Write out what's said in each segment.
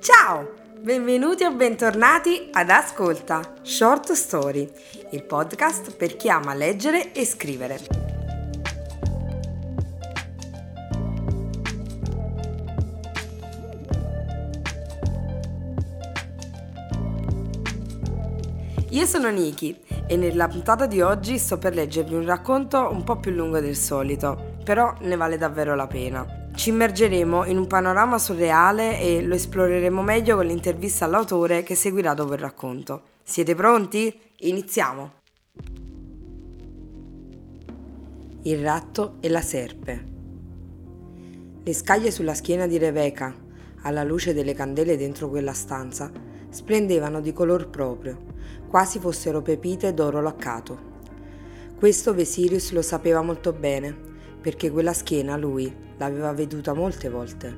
Ciao! Benvenuti o bentornati ad Ascolta, Short Story, il podcast per chi ama leggere e scrivere. Io sono Niki e nella puntata di oggi sto per leggervi un racconto un po' più lungo del solito, però ne vale davvero la pena. Ci immergeremo in un panorama surreale e lo esploreremo meglio con l'intervista all'autore che seguirà dopo il racconto. Siete pronti? Iniziamo! Il ratto e la serpe. Le scaglie sulla schiena di Rebecca, alla luce delle candele dentro quella stanza, splendevano di color proprio, quasi fossero pepite d'oro laccato. Questo Vesirius lo sapeva molto bene, perché quella schiena lui l'aveva veduta molte volte.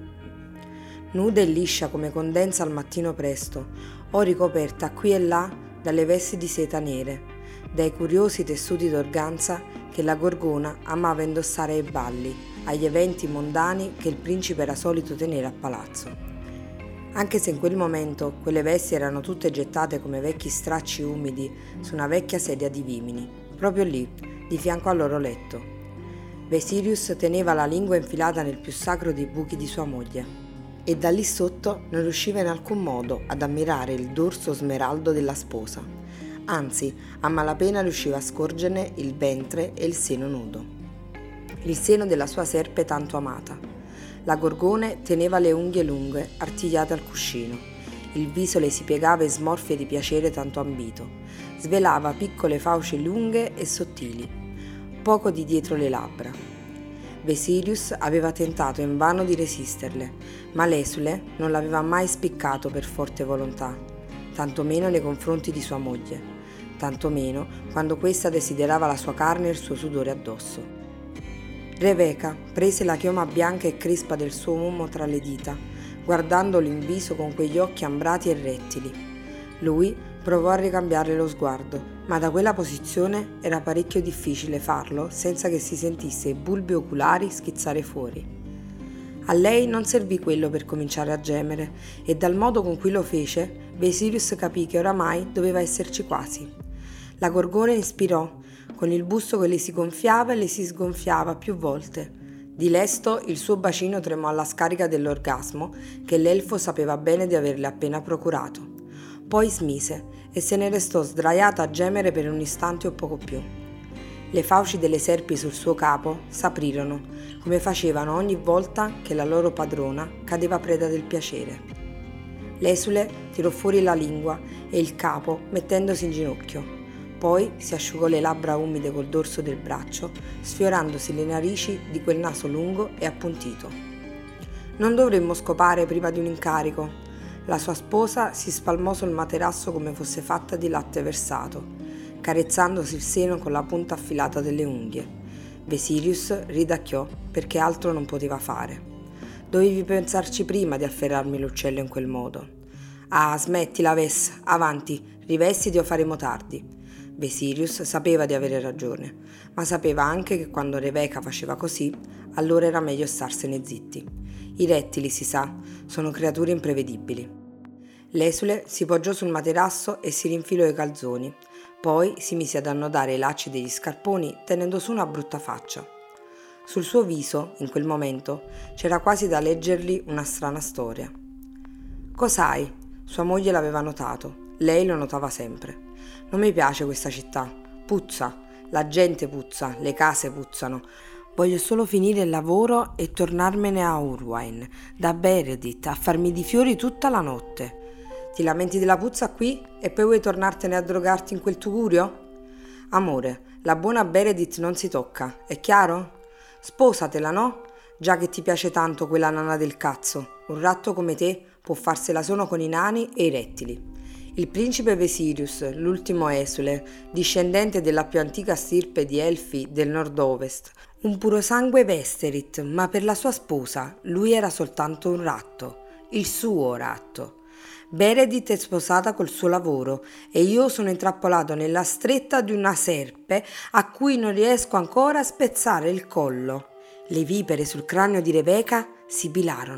Nuda e liscia come condensa al mattino presto, o ricoperta qui e là dalle vesti di seta nere, dai curiosi tessuti d'organza che la Gorgona amava indossare ai balli, agli eventi mondani che il principe era solito tenere a palazzo. Anche se in quel momento quelle vesti erano tutte gettate come vecchi stracci umidi su una vecchia sedia di vimini, proprio lì, di fianco al loro letto. Vesirius teneva la lingua infilata nel più sacro dei buchi di sua moglie e da lì sotto non riusciva in alcun modo ad ammirare il dorso smeraldo della sposa, anzi a malapena riusciva a scorgerne il ventre e il seno nudo. Il seno della sua serpe tanto amata. La Gorgone teneva le unghie lunghe artigliate al cuscino, il viso le si piegava in smorfie di piacere tanto ambito, svelava piccole fauci lunghe e sottili, poco di dietro le labbra. Vesirius aveva tentato invano di resisterle, ma l'esule non l'aveva mai spiccato per forte volontà, tantomeno nei confronti di sua moglie, tantomeno quando questa desiderava la sua carne e il suo sudore addosso. Rebecca prese la chioma bianca e crispa del suo uomo tra le dita, guardandolo in viso con quegli occhi ambrati e rettili. Lui provò a ricambiare lo sguardo, ma da quella posizione era parecchio difficile farlo senza che si sentisse i bulbi oculari schizzare fuori. A lei non servì quello per cominciare a gemere, e dal modo con cui lo fece, Vesirius capì che oramai doveva esserci quasi. La Gorgone inspirò, con il busto che le si gonfiava e le si sgonfiava più volte. Di lesto il suo bacino tremò alla scarica dell'orgasmo che l'elfo sapeva bene di averle appena procurato. Poi smise e se ne restò sdraiata a gemere per un istante o poco più. Le fauci delle serpi sul suo capo s'aprirono, come facevano ogni volta che la loro padrona cadeva preda del piacere. L'esule tirò fuori la lingua e il capo mettendosi in ginocchio. Poi si asciugò le labbra umide col dorso del braccio, sfiorandosi le narici di quel naso lungo e appuntito. Non dovremmo scopare prima di un incarico. La sua sposa si spalmò sul materasso come fosse fatta di latte versato, carezzandosi il seno con la punta affilata delle unghie. Vesirius ridacchiò perché altro non poteva fare. Dovevi pensarci prima di afferrarmi l'uccello in quel modo. Ah, smettila, Ves, avanti, rivestiti o faremo tardi. Vesirius sapeva di avere ragione, ma sapeva anche che quando Rebecca faceva così, allora era meglio starsene zitti. I rettili, si sa, sono creature imprevedibili. L'esule si poggiò sul materasso e si rinfilò i calzoni, poi si mise ad annodare i lacci degli scarponi tenendo su una brutta faccia. Sul suo viso, in quel momento, c'era quasi da leggergli una strana storia. Cos'hai? Sua moglie l'aveva notato, lei lo notava sempre. Non mi piace questa città, puzza, la gente puzza, le case puzzano. Voglio solo finire il lavoro e tornarmene a Urwine, da Beredith, a farmi di fiori tutta la notte. Ti lamenti della puzza qui e poi vuoi tornartene a drogarti in quel tugurio? Amore, la buona Beredith non si tocca, è chiaro? Sposatela, no? Già che ti piace tanto quella nana del cazzo. Un ratto come te può farsela solo con i nani e i rettili. Il principe Vesirius, l'ultimo esule, discendente della più antica stirpe di elfi del nord-ovest, un purosangue Vesterit, ma per la sua sposa lui era soltanto un ratto, il suo ratto. Beredith è sposata col suo lavoro e io sono intrappolato nella stretta di una serpe a cui non riesco ancora a spezzare il collo. Le vipere sul cranio di Rebecca sibilarono,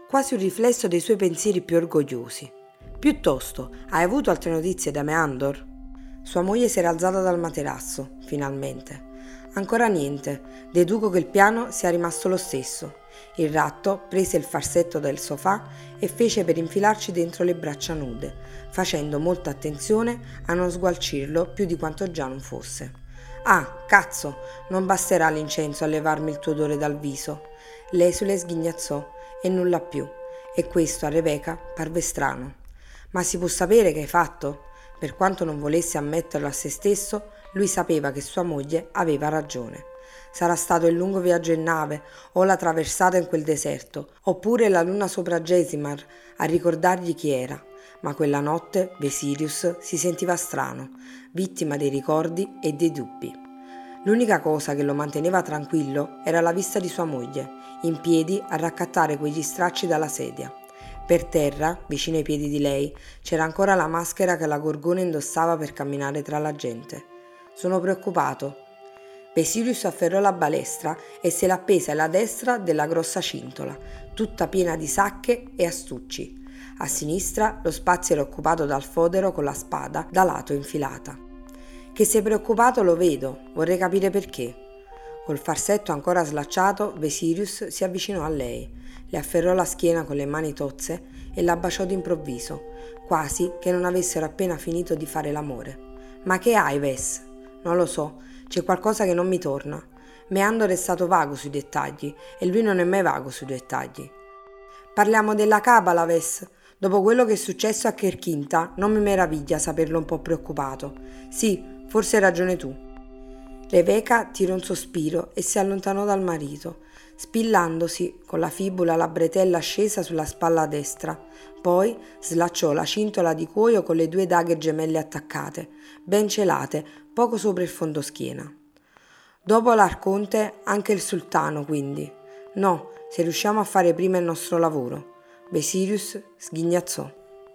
quasi un riflesso dei suoi pensieri più orgogliosi. «Piuttosto, hai avuto altre notizie da Meandor?» Sua moglie si era alzata dal materasso, finalmente. «Ancora niente, deduco che il piano sia rimasto lo stesso». Il ratto prese il farsetto dal sofà e fece per infilarci dentro le braccia nude, facendo molta attenzione a non sgualcirlo più di quanto già non fosse. «Ah, cazzo, non basterà l'incenso a levarmi il tuo odore dal viso». L'esule sghignazzò e nulla più, e questo a Rebecca parve strano. «Ma si può sapere che hai fatto?» Per quanto non volesse ammetterlo a se stesso, lui sapeva che sua moglie aveva ragione. Sarà stato il lungo viaggio in nave o la traversata in quel deserto, oppure la luna sopra Gesimar a ricordargli chi era. Ma quella notte Vesirius si sentiva strano, vittima dei ricordi e dei dubbi. L'unica cosa che lo manteneva tranquillo era la vista di sua moglie, in piedi a raccattare quegli stracci dalla sedia. Per terra, vicino ai piedi di lei, c'era ancora la maschera che la gorgona indossava per camminare tra la gente. «Sono preoccupato». Vesirius afferrò la balestra e se la appese alla destra della grossa cintola, tutta piena di sacche e astucci. A sinistra lo spazio era occupato dal fodero con la spada da lato infilata. «Che sei preoccupato lo vedo, vorrei capire perché». Col farsetto ancora slacciato, Vesirius si avvicinò a lei, le afferrò la schiena con le mani tozze e la baciò d'improvviso, quasi che non avessero appena finito di fare l'amore. «Ma che hai, Ves?» «Non lo so, c'è qualcosa che non mi torna». Meandor è stato vago sui dettagli e lui non è mai vago sui dettagli. «Parliamo della cabala, Ves. Dopo quello che è successo a Kerkinta, non mi meraviglia saperlo un po' preoccupato. Sì, forse hai ragione tu». Rebecca tirò un sospiro e si allontanò dal marito, spillandosi con la fibula la bretella scesa sulla spalla destra. Poi slacciò la cintola di cuoio con le 2 daghe gemelle attaccate, ben celate, poco sopra il fondoschiena. «Dopo l'Arconte anche il sultano, quindi?» «No, se riusciamo a fare prima il nostro lavoro». Vesirius sghignazzò.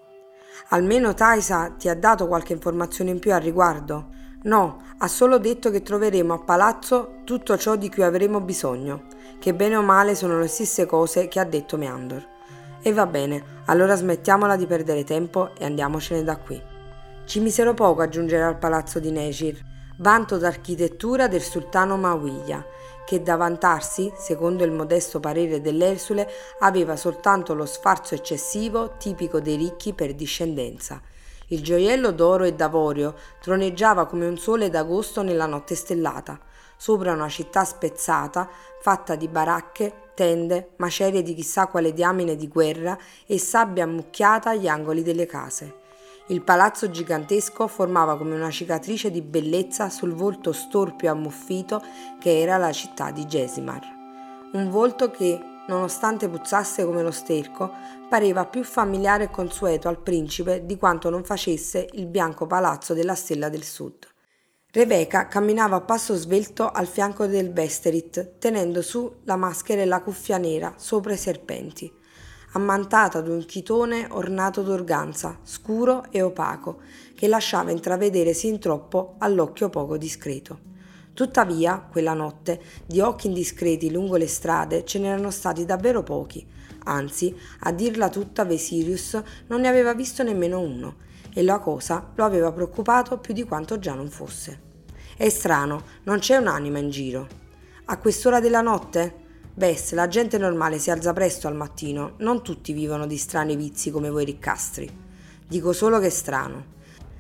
«Almeno Taisa ti ha dato qualche informazione in più al riguardo?» «No, ha solo detto che troveremo a palazzo tutto ciò di cui avremo bisogno, che bene o male sono le stesse cose che ha detto Meandor». «E va bene, allora smettiamola di perdere tempo e andiamocene da qui». Ci misero poco a giungere al palazzo di Negir, vanto d'architettura del sultano Mawiyah, che da vantarsi, secondo il modesto parere dell'esule, aveva soltanto lo sfarzo eccessivo tipico dei ricchi per discendenza. Il gioiello d'oro e d'avorio troneggiava come un sole d'agosto nella notte stellata, sopra una città spezzata, fatta di baracche, tende, macerie di chissà quale diamine di guerra e sabbia ammucchiata agli angoli delle case. Il palazzo gigantesco formava come una cicatrice di bellezza sul volto storpio e ammuffito che era la città di Gesimar. Un volto che, nonostante puzzasse come lo sterco, pareva più familiare e consueto al principe di quanto non facesse il bianco palazzo della Stella del Sud. Rebecca camminava a passo svelto al fianco del Vesterit, tenendo su la maschera e la cuffia nera sopra i serpenti, ammantata d'un chitone ornato d'organza, scuro e opaco, che lasciava intravedere sin troppo all'occhio poco discreto. Tuttavia, quella notte, di occhi indiscreti lungo le strade ce n'erano stati davvero pochi, anzi, a dirla tutta Vesirius non ne aveva visto nemmeno uno, e la cosa lo aveva preoccupato più di quanto già non fosse. «È strano, non c'è un'anima in giro». «A quest'ora della notte?» «Beh, la gente normale si alza presto al mattino, non tutti vivono di strani vizi come voi riccastri. Dico solo che è strano».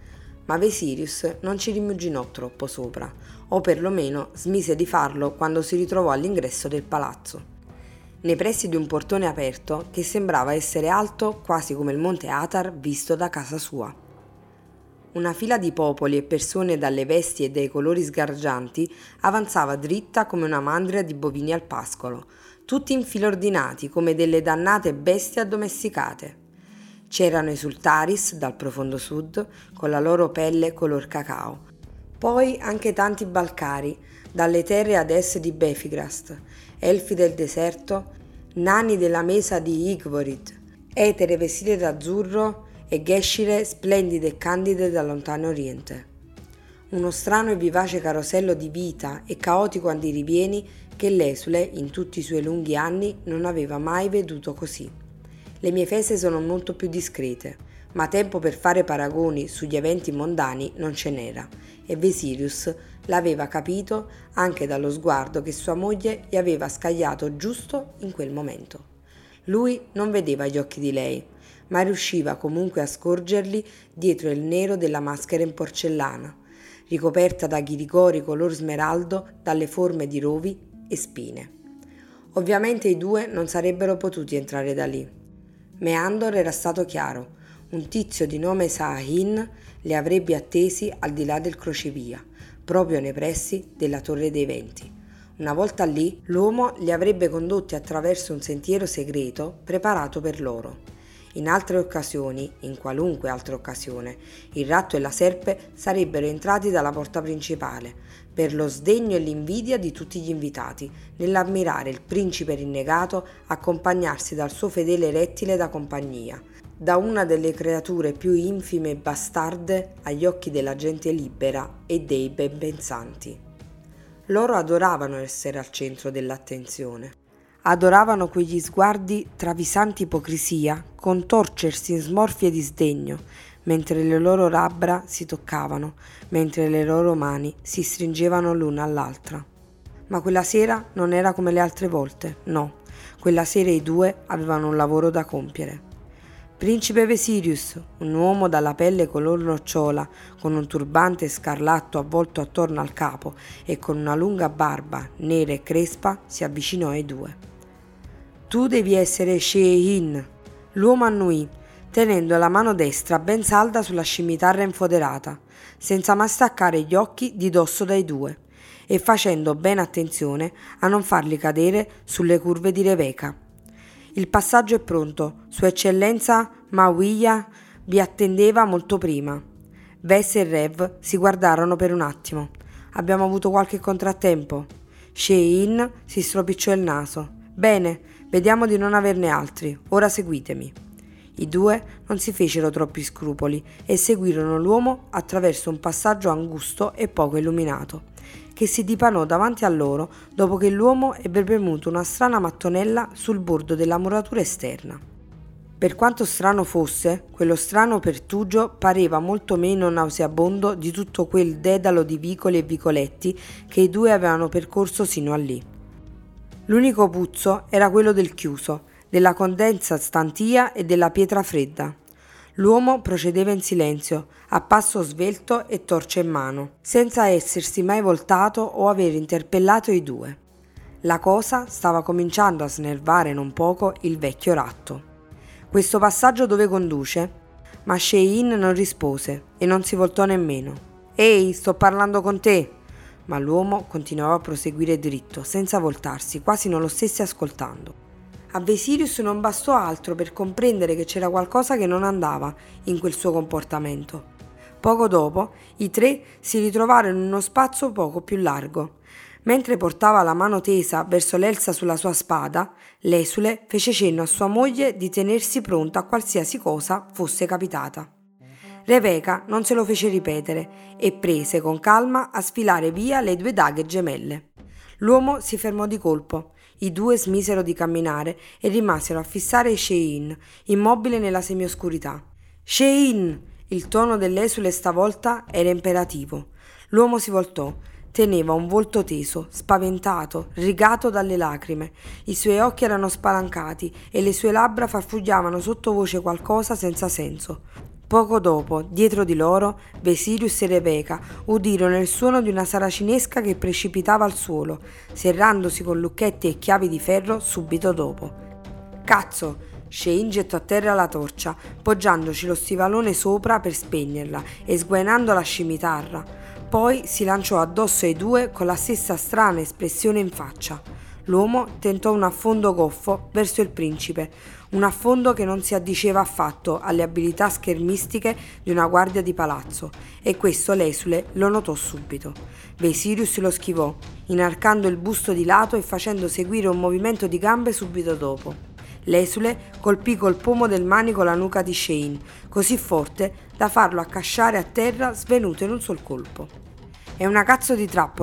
Ma Vesirius non ci rimuginò troppo sopra, o perlomeno smise di farlo quando si ritrovò all'ingresso del palazzo. Nei pressi di un portone aperto che sembrava essere alto quasi come il monte Atar visto da casa sua. Una fila di popoli e persone dalle vesti e dai colori sgargianti avanzava dritta come una mandria di bovini al pascolo, tutti in fila ordinati come delle dannate bestie addomesticate. C'erano i sultaris dal profondo sud, con la loro pelle color cacao. Poi anche tanti balcari, dalle terre ad est di Befigrast, elfi del deserto, nani della mesa di Igvorit, etere vestite d'azzurro e geshire splendide e candide dal lontano oriente. Uno strano e vivace carosello di vita e caotico andirivieni che l'esule, in tutti i suoi lunghi anni, non aveva mai veduto così. Le mie fese sono molto più discrete, ma tempo per fare paragoni sugli eventi mondani non ce n'era, e Vesirius l'aveva capito anche dallo sguardo che sua moglie gli aveva scagliato giusto in quel momento. Lui non vedeva gli occhi di lei, ma riusciva comunque a scorgerli dietro il nero della maschera in porcellana, ricoperta da ghirigori color smeraldo dalle forme di rovi e spine. Ovviamente i due non sarebbero potuti entrare da lì. Meandor era stato chiaro, un tizio di nome Saahin li avrebbe attesi al di là del crocevia, proprio nei pressi della Torre dei Venti. Una volta lì, l'uomo li avrebbe condotti attraverso un sentiero segreto preparato per loro. In altre occasioni, in qualunque altra occasione, il ratto e la serpe sarebbero entrati dalla porta principale, per lo sdegno e l'invidia di tutti gli invitati, nell'ammirare il principe rinnegato accompagnarsi dal suo fedele rettile da compagnia, da una delle creature più infime e bastarde agli occhi della gente libera e dei ben pensanti. Loro adoravano essere al centro dell'attenzione. Adoravano quegli sguardi travisanti ipocrisia contorcersi in smorfie di sdegno, mentre le loro labbra si toccavano, mentre le loro mani si stringevano l'una all'altra. Ma quella sera non era come le altre volte, no. Quella sera i due avevano un lavoro da compiere. Principe Vesirius, un uomo dalla pelle color nocciola, con un turbante scarlatto avvolto attorno al capo e con una lunga barba nera e crespa, si avvicinò ai due. Tu devi essere Sheehin. L'uomo annuì, tenendo la mano destra ben salda sulla scimitarra infoderata, senza mai staccare gli occhi di dosso dai due, e facendo bene attenzione a non farli cadere sulle curve di Rebecca. Il passaggio è pronto, Sua Eccellenza Mawiya vi attendeva molto prima. Vess e Rev si guardarono per un attimo. Abbiamo avuto qualche contrattempo. Sheehin si stropicciò il naso. Bene, vediamo di non averne altri. Ora seguitemi. I due non si fecero troppi scrupoli e seguirono l'uomo attraverso un passaggio angusto e poco illuminato, che si dipanò davanti a loro dopo che l'uomo ebbe premuto una strana mattonella sul bordo della muratura esterna. Per quanto strano fosse, quello strano pertugio pareva molto meno nauseabondo di tutto quel dedalo di vicoli e vicoletti che i due avevano percorso sino a lì. L'unico puzzo era quello del chiuso, della condensa stantia e della pietra fredda. L'uomo procedeva in silenzio, a passo svelto e torcia in mano, senza essersi mai voltato o aver interpellato i due. La cosa stava cominciando a snervare non poco il vecchio ratto. Questo passaggio dove conduce? Ma Sheehin non rispose e non si voltò nemmeno. Ehi, sto parlando con te! Ma l'uomo continuava a proseguire dritto, senza voltarsi, quasi non lo stesse ascoltando. A Vesirius non bastò altro per comprendere che c'era qualcosa che non andava in quel suo comportamento. Poco dopo, i tre si ritrovarono in uno spazio poco più largo. Mentre portava la mano tesa verso l'elsa sulla sua spada, l'esule fece cenno a sua moglie di tenersi pronta a qualsiasi cosa fosse capitata. Rebecca non se lo fece ripetere e prese con calma a sfilare via le due daghe gemelle. L'uomo si fermò di colpo. I due smisero di camminare e rimasero a fissare Sheehin, immobile nella semioscurità. Sheehin! Il tono dell'esule stavolta era imperativo. L'uomo si voltò. Teneva un volto teso, spaventato, rigato dalle lacrime. I suoi occhi erano spalancati e le sue labbra farfugliavano sottovoce qualcosa senza senso. Poco dopo, dietro di loro, Vesirius e Rebecca udirono il suono di una saracinesca che precipitava al suolo, serrandosi con lucchetti e chiavi di ferro subito dopo. Cazzo! Sheehin gettò a terra la torcia, poggiandoci lo stivalone sopra per spegnerla e sguainando la scimitarra. Poi si lanciò addosso ai due con la stessa strana espressione in faccia. L'uomo tentò un affondo goffo verso il principe, un affondo che non si addiceva affatto alle abilità schermistiche di una guardia di palazzo, e questo l'esule lo notò subito. Vesirius lo schivò, inarcando il busto di lato e facendo seguire un movimento di gambe subito dopo. L'esule colpì col pomo del manico la nuca di Sheehin, così forte da farlo accasciare a terra svenuto in un sol colpo. «È una cazzo di trappola!»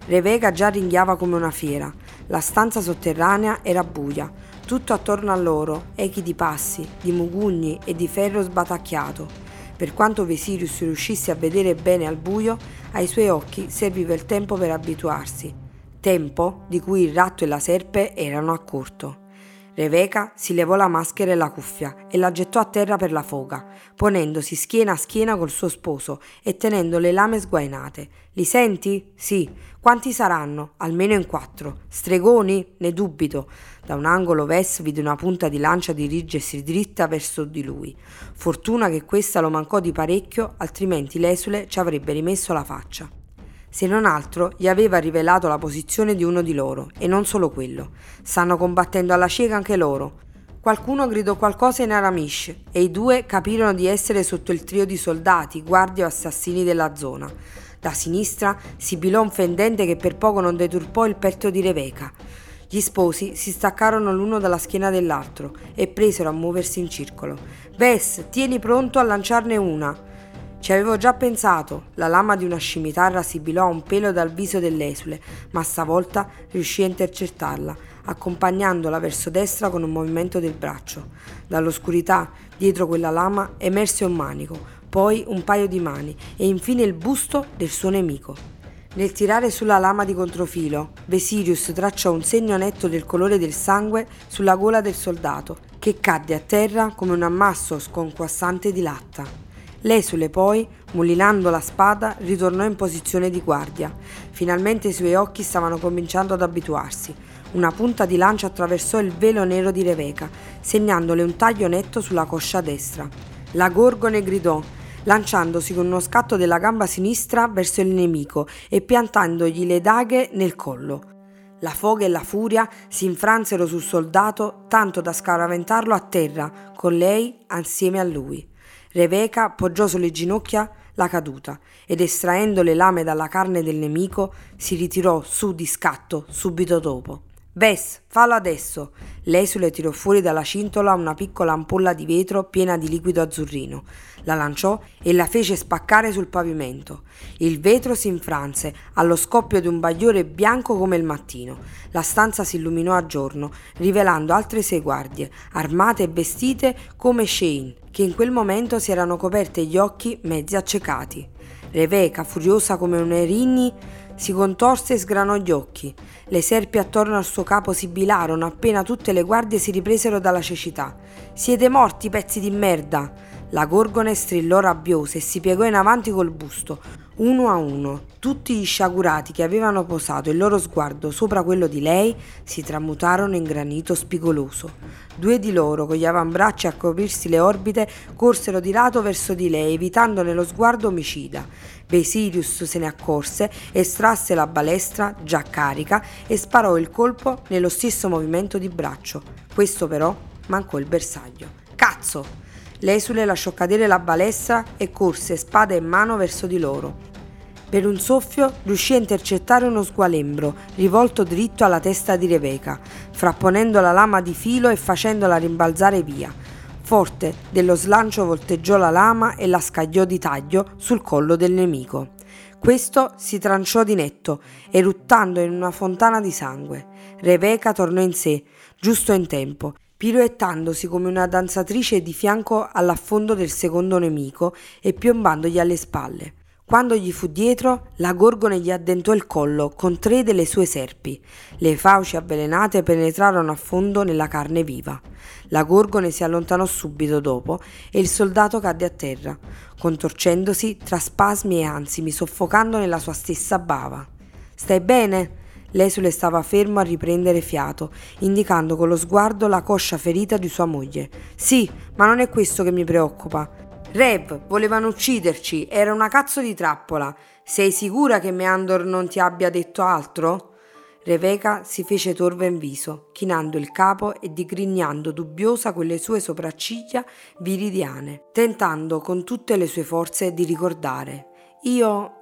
Rebecca già ringhiava come una fiera. La stanza sotterranea era buia. Tutto attorno a loro, echi di passi, di mugugni e di ferro sbatacchiato. Per quanto Vesirius riuscisse a vedere bene al buio, ai suoi occhi serviva il tempo per abituarsi. Tempo di cui il ratto e la serpe erano a corto. Rebecca si levò la maschera e la cuffia e la gettò a terra per la foga, ponendosi schiena a schiena col suo sposo e tenendo le lame sguainate. Li senti? Sì. Quanti saranno? Almeno in 4. Stregoni? Ne dubito. Da un angolo Wes vide una punta di lancia dirigersi dritta verso di lui. Fortuna che questa lo mancò di parecchio, altrimenti l'esule ci avrebbe rimesso la faccia. Se non altro gli aveva rivelato la posizione di uno di loro, e non solo quello. Stanno combattendo alla cieca anche loro. Qualcuno gridò qualcosa in Aramish e i due capirono di essere sotto il trio di soldati, guardie o assassini della zona. Da sinistra sibilò un fendente che per poco non deturpò il petto di Rebecca. Gli sposi si staccarono l'uno dalla schiena dell'altro e presero a muoversi in circolo. Bess, tieni pronto a lanciarne una. Ci avevo già pensato. La lama di una scimitarra sibilò a un pelo dal viso dell'esule, ma stavolta riuscì a intercettarla, accompagnandola verso destra con un movimento del braccio. Dall'oscurità, dietro quella lama, emerse un manico, poi un paio di mani e infine il busto del suo nemico. Nel tirare sulla lama di controfilo, Vesirius tracciò un segno netto del colore del sangue sulla gola del soldato, che cadde a terra come un ammasso sconquassante di latta. L'esule poi, mulinando la spada, ritornò in posizione di guardia. Finalmente i suoi occhi stavano cominciando ad abituarsi. Una punta di lancia attraversò il velo nero di Rebecca, segnandole un taglio netto sulla coscia destra. La Gorgone gridò, lanciandosi con uno scatto della gamba sinistra verso il nemico e piantandogli le daghe nel collo. La foga e la furia si infransero sul soldato tanto da scaraventarlo a terra, con lei assieme a lui. Rebecca poggiò sulle ginocchia la caduta ed estraendo le lame dalla carne del nemico si ritirò su di scatto subito dopo. Bess, fallo adesso! L'esule tirò fuori dalla cintola una piccola ampolla di vetro piena di liquido azzurrino. La lanciò e la fece spaccare sul pavimento. Il vetro si infranse allo scoppio di un bagliore bianco come il mattino. La stanza si illuminò a giorno, rivelando altre 6 guardie, armate e vestite come Shane, che in quel momento si erano coperte gli occhi mezzi accecati. Rebecca, furiosa come un erinni, si contorse e sgranò gli occhi. Le serpi attorno al suo capo sibilarono appena tutte le guardie si ripresero dalla cecità. «Siete morti, pezzi di merda!» La Gorgone strillò rabbiosa e si piegò in avanti col busto. Uno a uno, tutti gli sciagurati che avevano posato il loro sguardo sopra quello di lei si tramutarono in granito spigoloso. 2 di loro, con gli avambracci a coprirsi le orbite, corsero di lato verso di lei, evitandone lo sguardo omicida. Vesirius se ne accorse, estrasse la balestra, già carica, e sparò il colpo nello stesso movimento di braccio. Questo però mancò il bersaglio. «Cazzo!» L'esule lasciò cadere la balestra e corse spada in mano verso di loro. Per un soffio riuscì a intercettare uno sgualembro rivolto dritto alla testa di Rebecca, frapponendo la lama di filo e facendola rimbalzare via. Forte dello slancio volteggiò la lama e la scagliò di taglio sul collo del nemico. Questo si tranciò di netto, eruttando in una fontana di sangue. Rebecca tornò in sé, giusto in tempo, piruettandosi come una danzatrice di fianco all'affondo del secondo nemico e piombandogli alle spalle. Quando gli fu dietro, la Gorgone gli addentò il collo con 3 delle sue serpi. Le fauci avvelenate penetrarono a fondo nella carne viva. La Gorgone si allontanò subito dopo e il soldato cadde a terra, contorcendosi tra spasmi e ansimi, soffocando nella sua stessa bava. «Stai bene?» L'esule stava fermo a riprendere fiato, indicando con lo sguardo la coscia ferita di sua moglie. «Sì, ma non è questo che mi preoccupa. Rev, volevano ucciderci, era una cazzo di trappola. Sei sicura che Meandor non ti abbia detto altro?» Rebecca si fece torva in viso, chinando il capo e digrignando dubbiosa quelle sue sopracciglia viridiane, tentando con tutte le sue forze di ricordare. Io...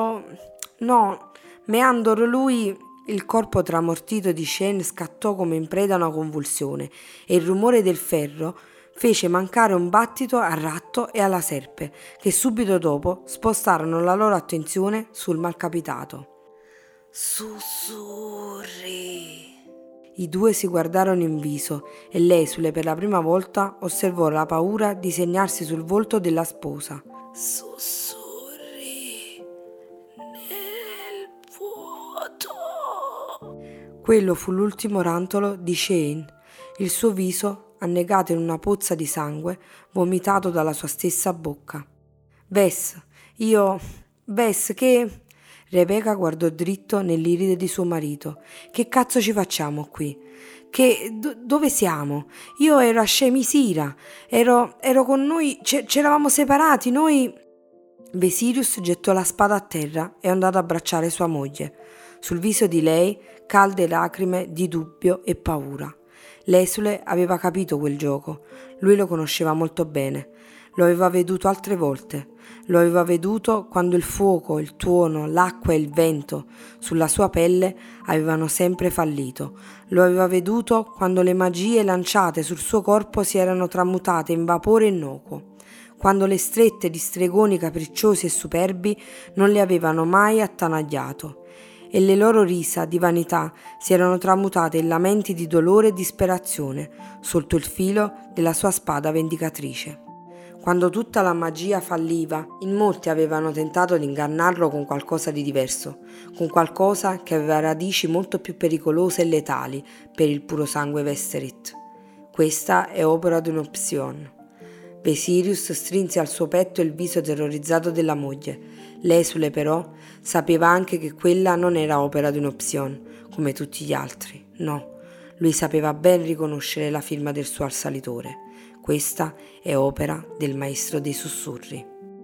no, Meandor, lui... Il corpo tramortito di Shane scattò come in preda a una convulsione e il rumore del ferro fece mancare un battito al ratto e alla serpe, che subito dopo spostarono la loro attenzione sul malcapitato. Sussurri. I due si guardarono in viso e l'esule per la prima volta osservò la paura disegnarsi sul volto della sposa. Sussurri nel vuoto. Quello fu l'ultimo rantolo di Shane, il suo viso annegato in una pozza di sangue vomitato dalla sua stessa bocca. Vess, che... Rebecca guardò dritto nell'iride di suo marito. Che cazzo ci facciamo qui? Dove siamo? Io ero a Shemisira, ero con noi, c'eravamo separati, noi... Vesirius gettò la spada a terra e andò ad abbracciare sua moglie. Sul viso di lei calde lacrime di dubbio e paura. L'esule aveva capito quel gioco, lui lo conosceva molto bene, lo aveva veduto altre volte. Lo aveva veduto quando il fuoco, il tuono, l'acqua e il vento sulla sua pelle avevano sempre fallito. Lo aveva veduto quando le magie lanciate sul suo corpo si erano tramutate in vapore innocuo, quando le strette di stregoni capricciosi e superbi non le avevano mai attanagliato, e le loro risa di vanità si erano tramutate in lamenti di dolore e disperazione sotto il filo della sua spada vendicatrice. Quando tutta la magia falliva, in molti avevano tentato di ingannarlo con qualcosa di diverso, con qualcosa che aveva radici molto più pericolose e letali per il puro sangue Vesserit. Questa è opera di un'opzione. Vesirius strinse al suo petto il viso terrorizzato della moglie. L'esule, però, sapeva anche che quella non era opera di un'opzione, come tutti gli altri. No, lui sapeva ben riconoscere la firma del suo assalitore. Questa è opera del maestro dei sussurri.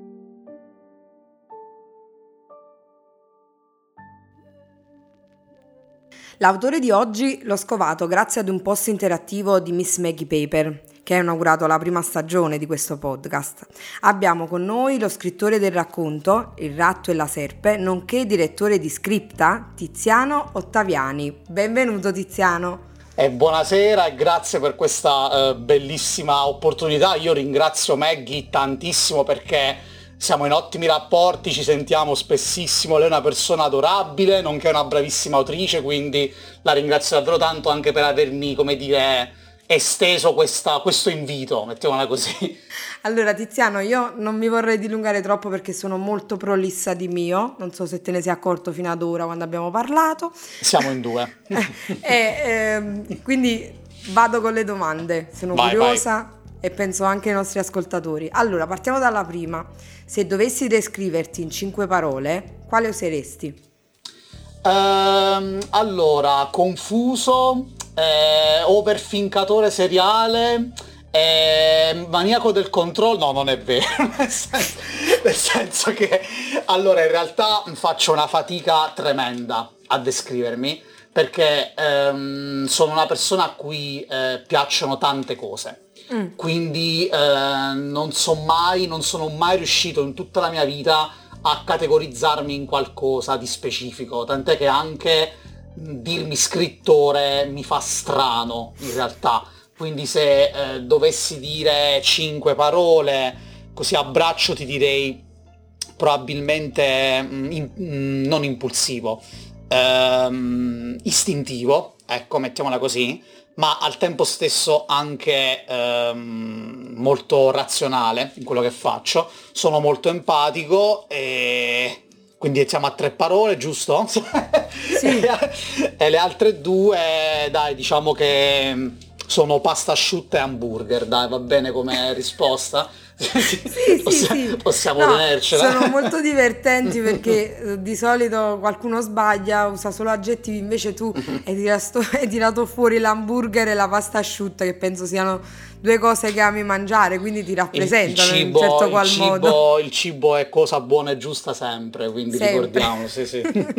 L'autore di oggi l'ho scovato grazie ad un post interattivo di Miss Maggie Paper, che ha inaugurato la prima stagione di questo podcast. Abbiamo con noi lo scrittore del racconto, Il ratto e la serpe, nonché direttore di Scripta, Tiziano Ottaviani. Benvenuto Tiziano. Buonasera e grazie per questa bellissima opportunità. Io ringrazio Maggie tantissimo perché siamo in ottimi rapporti, ci sentiamo spessissimo, lei è una persona adorabile, nonché una bravissima autrice, quindi la ringrazio davvero tanto anche per avermi, come dire, esteso questo invito, mettiamola così. Allora Tiziano, io non mi vorrei dilungare troppo perché sono molto prolissa di mio, non so se te ne sei accorto fino ad ora quando abbiamo parlato. Siamo in due. Quindi vado con le domande, sono curiosa e penso anche ai nostri ascoltatori. Allora, partiamo dalla prima. Se dovessi descriverti in 5 parole, quale useresti? Allora, confuso, overfincatore seriale, maniaco del controllo. No, non è vero, nel senso che allora in realtà faccio una fatica tremenda a descrivermi perché sono una persona a cui piacciono tante cose. Quindi non sono mai riuscito in tutta la mia vita a categorizzarmi in qualcosa di specifico, tant'è che anche dirmi scrittore mi fa strano in realtà. Quindi se dovessi dire 5 parole così a braccio ti direi probabilmente non impulsivo, istintivo, ecco, mettiamola così, ma al tempo stesso anche molto razionale in quello che faccio. Sono molto empatico e quindi siamo a 3 parole, giusto? Sì. E le altre 2, dai, diciamo che sono pasta asciutta e hamburger, dai, va bene come risposta? Possiamo tenercela. Sono molto divertenti perché di solito qualcuno sbaglia, usa solo aggettivi, invece tu hai tirato fuori l'hamburger e la pasta asciutta, che penso siano 2 cose che ami mangiare, quindi ti rappresentano in un certo qual modo. Il cibo è cosa buona e giusta sempre, quindi sempre. Ricordiamo, sì.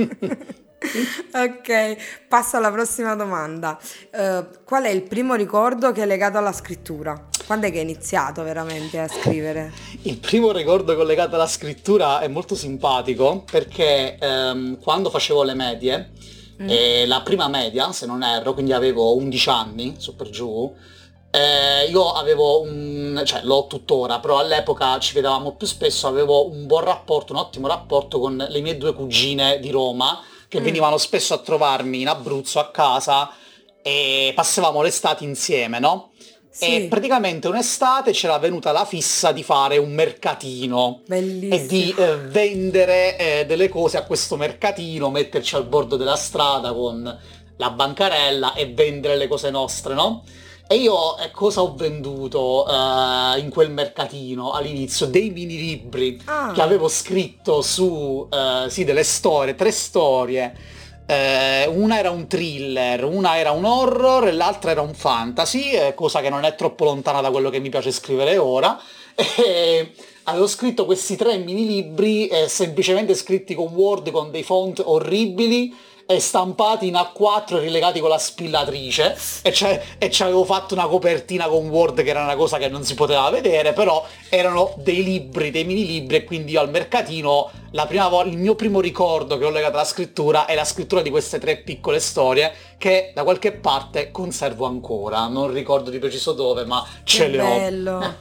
Ok, passo alla prossima domanda. Qual è il primo ricordo che è legato alla scrittura? Quando è che hai iniziato veramente a scrivere? Il primo ricordo collegato alla scrittura è molto simpatico perché quando facevo le medie, la prima media, se non erro, quindi avevo 11 anni, su per giù, io avevo l'ho tuttora, però all'epoca ci vedevamo più spesso, avevo un buon rapporto, un ottimo rapporto con le mie 2 cugine di Roma, che venivano spesso a trovarmi in Abruzzo a casa e passavamo l'estate insieme, no? E Sì, praticamente un'estate c'era venuta la fissa di fare un mercatino e di bellissimo. vendere delle cose a questo mercatino, metterci al bordo della strada con la bancarella e vendere le cose nostre, no? E io cosa ho venduto in quel mercatino all'inizio? Dei mini libri che Ah, avevo scritto su, sì, delle storie, 3 storie. Una era un thriller, una era un horror e l'altra era un fantasy, cosa che non è troppo lontana da quello che mi piace scrivere ora. E avevo scritto questi 3 mini libri, semplicemente scritti con Word, con dei font orribili, e stampati in A4 e rilegati con la spillatrice, e ci avevo fatto una copertina con Word che era una cosa che non si poteva vedere, però erano dei libri, dei mini libri, e quindi io al mercatino il mio primo ricordo che ho legato alla scrittura è la scrittura di queste 3 piccole storie che da qualche parte conservo ancora, non ricordo di preciso dove, ma che ce le ho. bello.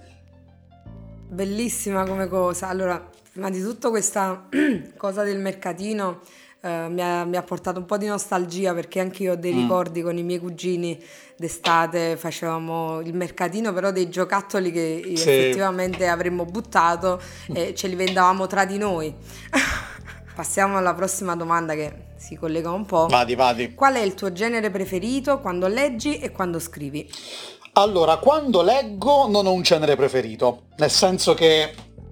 Bellissima come cosa. Allora, prima di tutto questa cosa del mercatino mi ha portato un po' di nostalgia perché anche io ho dei Mm, ricordi con i miei cugini d'estate, facevamo il mercatino però dei giocattoli che sì, effettivamente avremmo buttato e ce li vendavamo tra di noi. Passiamo alla prossima domanda che si collega un po'. vadi, vadi. Qual è il tuo genere preferito quando leggi e quando scrivi? Allora, quando leggo non ho un genere preferito, nel senso che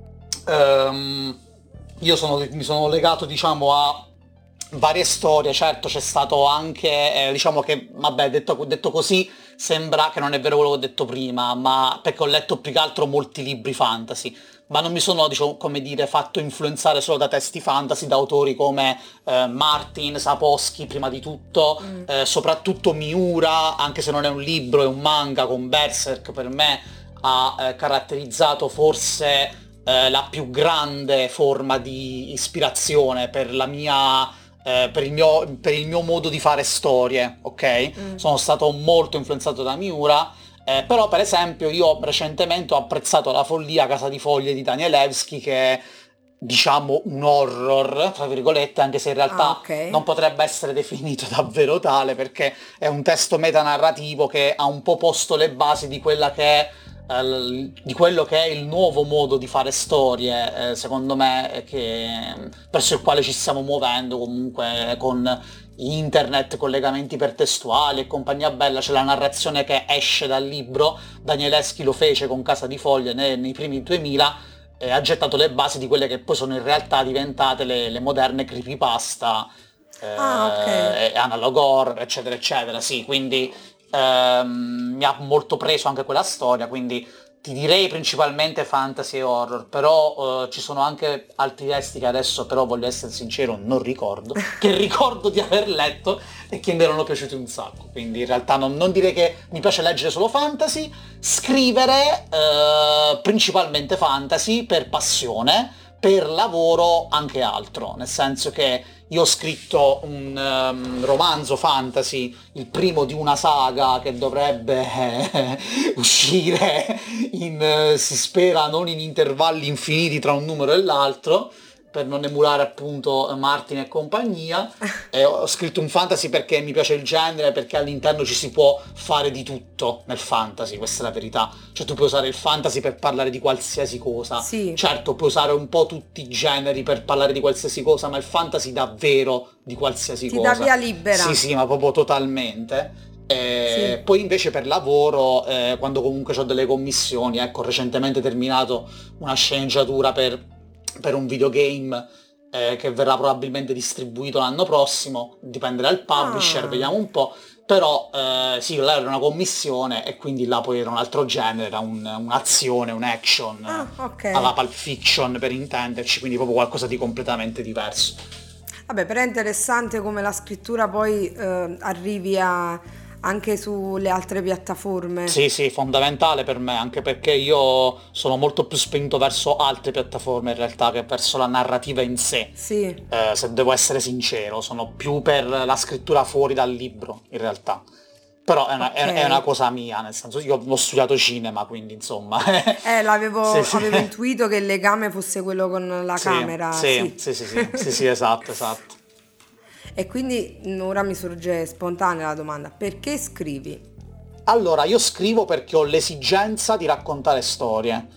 ehm, mi sono legato, diciamo, a varie storie. Certo, c'è stato anche, diciamo che, vabbè, detto così, sembra che non è vero quello che ho detto prima, ma perché ho letto più che altro molti libri fantasy, ma non mi sono, diciamo, come dire, fatto influenzare solo da testi fantasy, da autori come Martin, Sapolsky, prima di tutto, Mm. soprattutto Miura, anche se non è un libro, è un manga con Berserk, per me ha caratterizzato forse la più grande forma di ispirazione per la mia per il mio modo di fare storie, ok? Mm. Sono stato molto influenzato da Miura, però per esempio io recentemente ho apprezzato La follia Casa di Foglie di Danielewski, che è, diciamo, un horror, tra virgolette, anche se in Ah, realtà ok. non potrebbe essere definito davvero tale, perché è un testo metanarrativo che ha un po' posto le basi di quella che è di quello che è il nuovo modo di fare storie, secondo me, verso il quale ci stiamo muovendo comunque con internet, collegamenti ipertestuali e compagnia bella. C'è la narrazione che esce dal libro, Danielewski lo fece con Casa di Foglie nei primi 2000, e ha gettato le basi di quelle che poi sono in realtà diventate le moderne creepypasta, Ah, ok. e analog horror, eccetera, eccetera. Sì, quindi mi ha molto preso anche quella storia, quindi ti direi principalmente fantasy e horror, però ci sono anche altri testi che adesso, però voglio essere sincero, non ricordo, che ricordo di aver letto e che mi erano piaciuti un sacco. Quindi in realtà non direi che mi piace leggere solo fantasy, scrivere principalmente fantasy per passione, per lavoro anche altro, nel senso che io ho scritto un romanzo fantasy, il primo di una saga che dovrebbe uscire si spera, non in intervalli infiniti tra un numero e l'altro, per non emulare appunto Martin e compagnia. Ho scritto un fantasy perché mi piace il genere, perché all'interno ci si può fare di tutto nel fantasy, questa è la verità. Cioè tu puoi usare il fantasy per parlare di qualsiasi cosa. Sì, Certo, puoi usare un po' tutti i generi per parlare di qualsiasi cosa, ma il fantasy davvero di qualsiasi ti dà cosa. via Sì, libera. sì, ma proprio totalmente. Sì. Poi invece per lavoro, quando comunque ho delle commissioni, ecco, ho recentemente terminato una sceneggiatura per un videogame che verrà probabilmente distribuito l'anno prossimo, dipende dal publisher, Ah, vediamo un po'. Però sì, là era una commissione e quindi là poi era un altro genere, era un'azione, un action, ah, ok. alla Pulp Fiction per intenderci, quindi proprio qualcosa di completamente diverso. Vabbè, però è interessante come la scrittura poi arrivi anche sulle altre piattaforme. Sì, sì, fondamentale per me, anche perché io sono molto più spinto verso altre piattaforme in realtà che verso la narrativa in sé. Sì, Se devo essere sincero, sono più per la scrittura fuori dal libro, in realtà. Però ok. è una cosa mia, nel senso, io ho studiato cinema, quindi insomma. Sì, sì. Avevo intuito che il legame fosse quello con la Sì, camera, sì, sì. sì, sì, sì, sì, sì, esatto, esatto. E quindi ora mi sorge spontanea la domanda, perché scrivi? Allora, io scrivo perché ho l'esigenza di raccontare storie.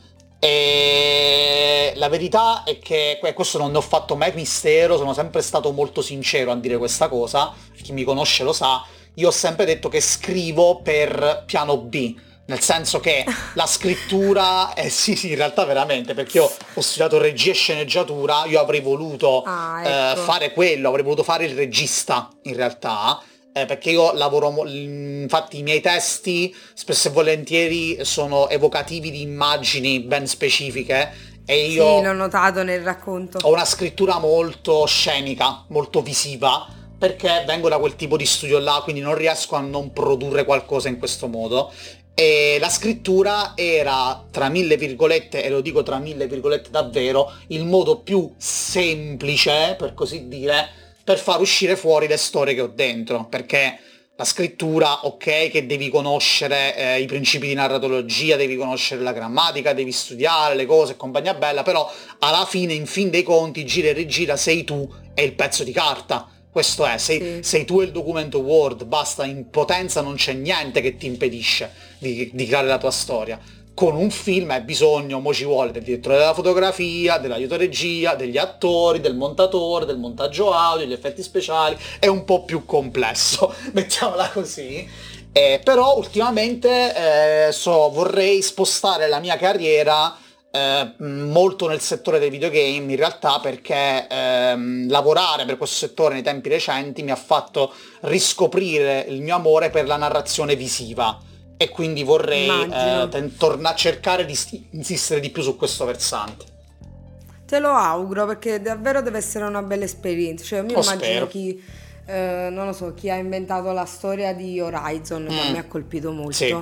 E la verità è che questo non ne ho fatto mai mistero, sono sempre stato molto sincero a dire questa cosa, chi mi conosce lo sa, io ho sempre detto che scrivo per piano B, nel senso che la scrittura, sì, in realtà veramente, perché io ho studiato regia e sceneggiatura, io avrei voluto Ecco. fare quello, avrei voluto fare il regista in realtà, perché io lavoro, infatti i miei testi spesso e volentieri sono evocativi di immagini ben specifiche e Sì, l'ho io notato nel racconto. ho una scrittura molto scenica, molto visiva, perché vengo da quel tipo di studio là, quindi non riesco a non produrre qualcosa in questo modo. E la scrittura era, tra mille virgolette, e lo dico tra mille virgolette davvero, il modo più semplice, per così dire, per far uscire fuori le storie che ho dentro, perché la scrittura, ok, che devi conoscere i principi di narratologia, devi conoscere la grammatica, devi studiare le cose e compagnia bella, però alla fine, in fin dei conti, gira e rigira, sei tu e il pezzo di carta. Questo è, Sì. sei tu e il documento Word, basta, in potenza non c'è niente che ti impedisce di creare la tua storia. Con un film hai bisogno, mo ci vuole, del direttore della fotografia, dell'aiuto regia, degli attori, del montatore, del montaggio audio, degli effetti speciali, è un po' più complesso, mettiamola così. Però ultimamente vorrei spostare la mia carriera molto nel settore dei videogame in realtà, perché lavorare per questo settore nei tempi recenti mi ha fatto riscoprire il mio amore per la narrazione visiva e quindi vorrei Immagino. tornare a cercare di insistere di più su questo versante. Te lo auguro perché davvero deve essere una bella esperienza. Cioè, io mi Lo immagino spero. chi, non lo so, chi ha inventato la storia di Horizon, che a me ha colpito Sì. molto.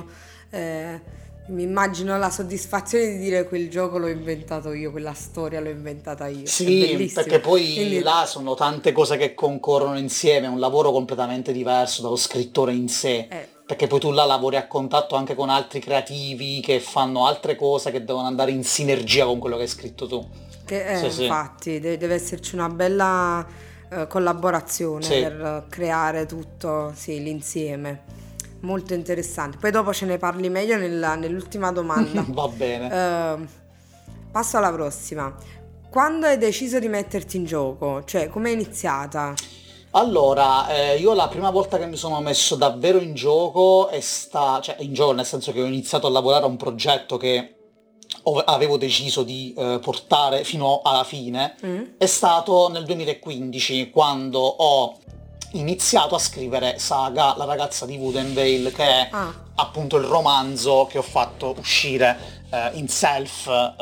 Mi immagino la soddisfazione di dire quel gioco l'ho inventato io, quella storia l'ho inventata io. È Sì, bellissimo. perché poi Quindi, là sono tante cose che concorrono insieme, è un lavoro completamente diverso dallo scrittore in sé, eh, perché poi tu là lavori a contatto anche con altri creativi che fanno altre cose che devono andare in sinergia con quello che hai scritto tu. Sì, sì, infatti, deve esserci una bella collaborazione sì, per creare tutto, sì, l'insieme. Molto interessante. Poi dopo ce ne parli meglio nell'ultima domanda. va bene. Eh, passo alla prossima. Quando hai deciso di metterti in gioco? Cioè, come è iniziata? Allora, io la prima volta che mi sono messo davvero in gioco cioè in gioco nel senso che ho iniziato a lavorare a un progetto che avevo deciso di portare fino alla fine, Mm? è stato nel 2015 quando ho iniziato a scrivere Saga, la ragazza di Woodenvale, che è Ah, appunto il romanzo che ho fatto uscire in self,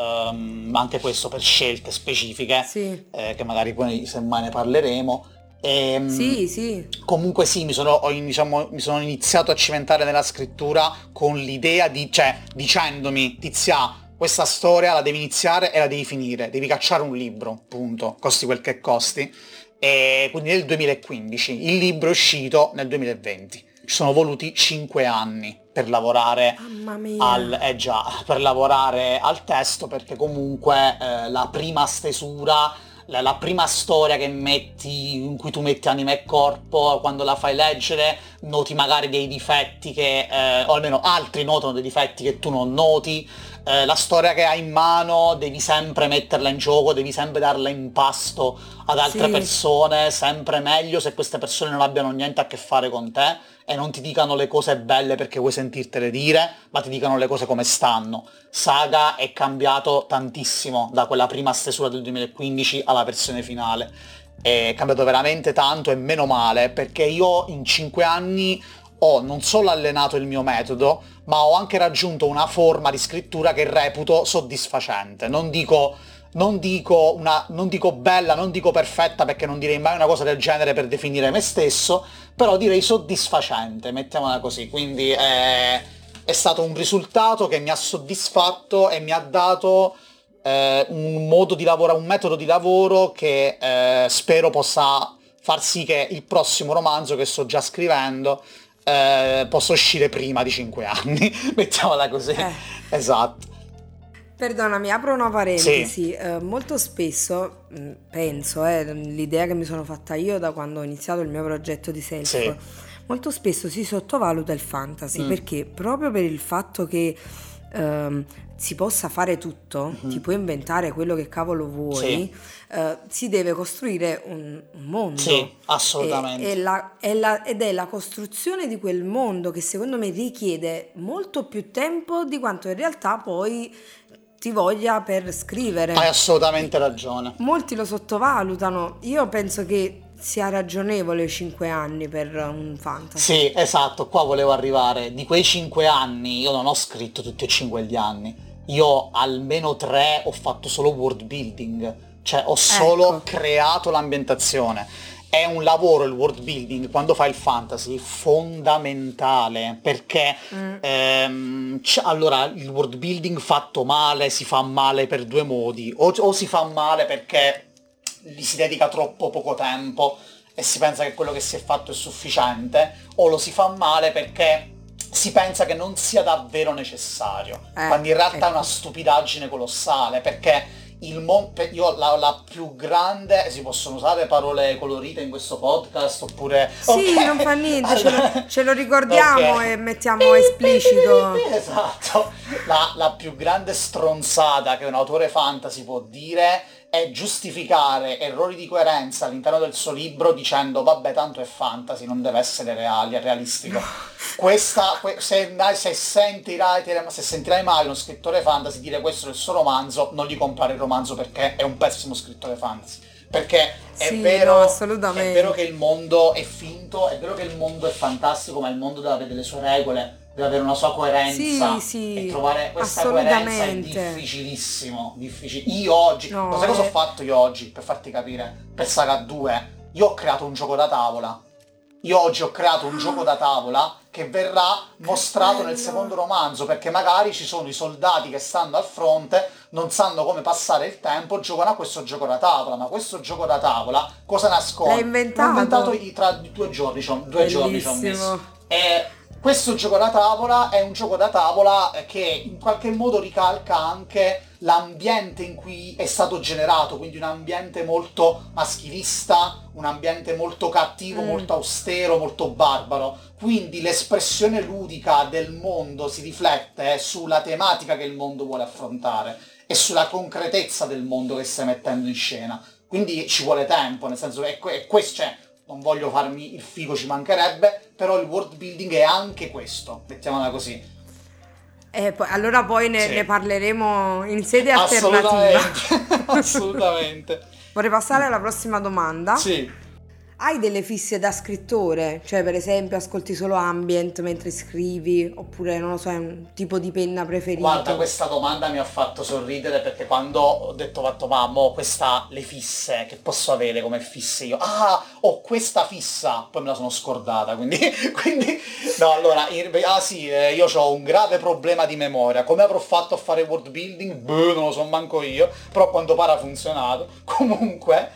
anche questo per scelte specifiche, sì. che magari poi semmai ne parleremo. Sì, sì. Comunque sì, diciamo, mi sono iniziato a cimentare nella scrittura con l'idea cioè, dicendomi, Tizia, questa storia la devi iniziare e la devi finire, devi cacciare un libro, punto, costi quel che costi. E quindi nel 2015, il libro è uscito nel 2020. Ci sono voluti 5 anni per lavorare Mamma mia. per lavorare al testo, perché comunque la prima stesura, la prima storia che metti, in cui tu metti anima e corpo, quando la fai leggere, noti magari dei difetti o almeno altri notano dei difetti che tu non noti. La storia che hai in mano devi sempre metterla in gioco, devi sempre darla in pasto ad altre Sì, persone, sempre meglio se queste persone non abbiano niente a che fare con te e non ti dicano le cose belle perché vuoi sentirtele dire, ma ti dicano le cose come stanno. Saga è cambiato tantissimo da quella prima stesura del 2015 alla versione finale. È cambiato veramente tanto e meno male, perché io in 5 anni ho non solo allenato il mio metodo, ma ho anche raggiunto una forma di scrittura che reputo soddisfacente. Non dico bella, non dico perfetta, perché non direi mai una cosa del genere per definire me stesso, però direi soddisfacente, mettiamola così. Quindi è stato un risultato che mi ha soddisfatto e mi ha dato un modo di lavoro, un metodo di lavoro che spero possa far sì che il prossimo romanzo che sto già scrivendo possa uscire prima di 5 anni, mettiamola così. eh. Esatto. Perdonami, apro una Sì, parentesi. Molto spesso penso, l'idea che mi sono fatta io da quando ho iniziato il mio progetto di self, sì. molto spesso si sottovaluta il fantasy Mm, perché proprio per il fatto che ehm, si possa fare tutto, ti mhm, puoi inventare quello che cavolo sì, vuoi, si deve costruire un mondo. sì, assolutamente. Ed è la costruzione di quel mondo che secondo me richiede molto più tempo di quanto in realtà poi ti voglia per Hai scrivere. assolutamente ragione. Molti lo sottovalutano. Io penso che sia ragionevole 5 anni per un fantasy. Sì, esatto, qua volevo arrivare. Di quei 5 anni, io non ho scritto tutti e 5 gli anni. Io almeno 3 ho fatto solo world building, cioè ho solo Ecco. creato l'ambientazione. È un lavoro il world building, quando fai il fantasy, fondamentale, perché Mm. allora il world building fatto male si fa male per due modi. O si fa male perché gli si dedica troppo poco tempo e si pensa che quello che si è fatto è sufficiente, o lo si fa male perché si pensa che non sia davvero necessario, quando in realtà è una Ecco. stupidaggine colossale, perché io la più grande, si possono usare parole colorite in questo podcast oppure... Sì, non fa Ok, niente, allora, ce lo ricordiamo ok. e mettiamo esplicito. Esatto, la più grande stronzata che un autore fantasy può dire è giustificare errori di coerenza all'interno del suo libro dicendo vabbè tanto è fantasy, non deve essere reale, è realistico. Se sentirai mai uno scrittore fantasy dire questo nel suo romanzo, non gli comprare il romanzo perché è un pessimo scrittore fantasy. Perché Sì, no, è vero che assolutamente. il mondo è finto, è vero che il mondo è fantastico, ma il mondo deve avere delle sue regole, deve avere una sua Sì, coerenza e sì, trovare questa coerenza è assolutamente. difficilissimo, Io oggi, lo No, sai cosa ho fatto io oggi, per farti capire? Per Saga 2, io ho creato un gioco da tavola. Io oggi ho creato un gioco da tavola che verrà che mostrato nel secondo bello. romanzo, perché magari ci sono i soldati che stanno al fronte, non sanno come passare il tempo, giocano a questo gioco da tavola, ma questo gioco da tavola cosa L'hai nasconde? L'ho inventato inventato? tra 2 giorni, 2 giorni ci ho messo. Bellissimo. E questo gioco da tavola è un gioco da tavola che in qualche modo ricalca anche l'ambiente in cui è stato generato, quindi un ambiente molto maschilista, un ambiente molto cattivo, Mm. molto austero, molto barbaro. Quindi l'espressione ludica del mondo si riflette sulla tematica che il mondo vuole affrontare e sulla concretezza del mondo che stai mettendo in scena. Quindi ci vuole tempo, nel senso che è questo, cioè, non voglio farmi il figo, ci mancherebbe, però il world building è anche questo, mettiamola così. Allora poi ne Sì, parleremo in sede alternativa. assolutamente, assolutamente. Vorrei passare alla prossima domanda. Sì. Hai delle fisse da scrittore? Cioè, per esempio, ascolti solo ambient mentre scrivi? Oppure, non lo so, è un tipo di penna Guarda, preferito? questa domanda mi ha fatto sorridere perché quando ho detto, fatto, ma mo questa, le fisse, che posso avere come fisse io? Ah, ho questa fissa, poi me la sono scordata, quindi, quindi no, allora, sì, io ho un grave problema di memoria, come avrò fatto a fare world building? Boh, non lo so manco io, però a quanto pare ha funzionato, comunque,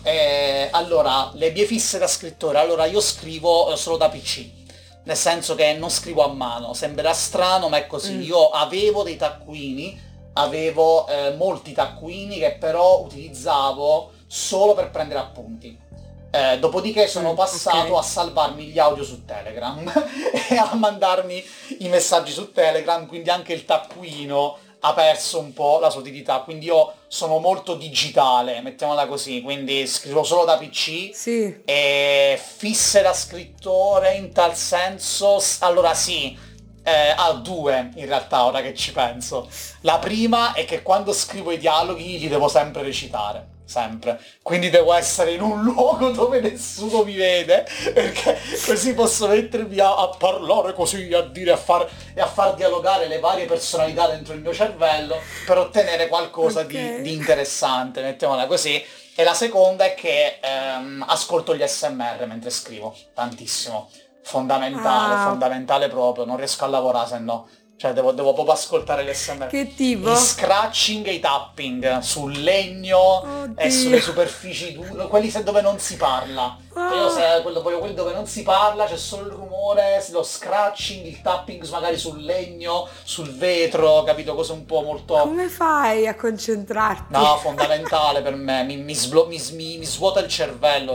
allora, le mie fisse da scrittore, allora io scrivo solo da PC. Nel senso che non scrivo a mano, sembrerà strano ma è così. Mm, Io avevo dei taccuini, avevo molti taccuini che però utilizzavo solo per prendere appunti. Dopodiché sono ok. passato a salvarmi gli audio su Telegram e a mandarmi i messaggi su Telegram, quindi anche il taccuino ha perso un po' la sua utilità, quindi io sono molto digitale, mettiamola così, quindi scrivo solo da PC Sì. e fisse da scrittore in tal senso, allora sì, ha due in realtà ora che ci penso. La prima è che quando scrivo i dialoghi li devo sempre recitare, sempre. Quindi devo essere in un luogo dove nessuno mi vede, perché così posso mettermi a parlare così, a dire, e a far dialogare le varie personalità dentro il mio cervello per ottenere qualcosa Ok. di interessante, mettiamola così. E la seconda è che ascolto gli SMR mentre scrivo, tantissimo. Fondamentale, Ah, fondamentale proprio, non riesco a lavorare se no. Cioè devo proprio ascoltare l'SMR. che tipo? I scratching e i tapping sul legno e Oddio. sulle superfici dure, quelli dove non si parla. Cioè io Ah, se voglio quelli dove non si parla, c'è solo il rumore rumore, lo scratching, il tapping magari sul legno, sul vetro, capito? Cose un po' molto... Come fai a concentrarti? No, fondamentale per me, mi svuota il cervello,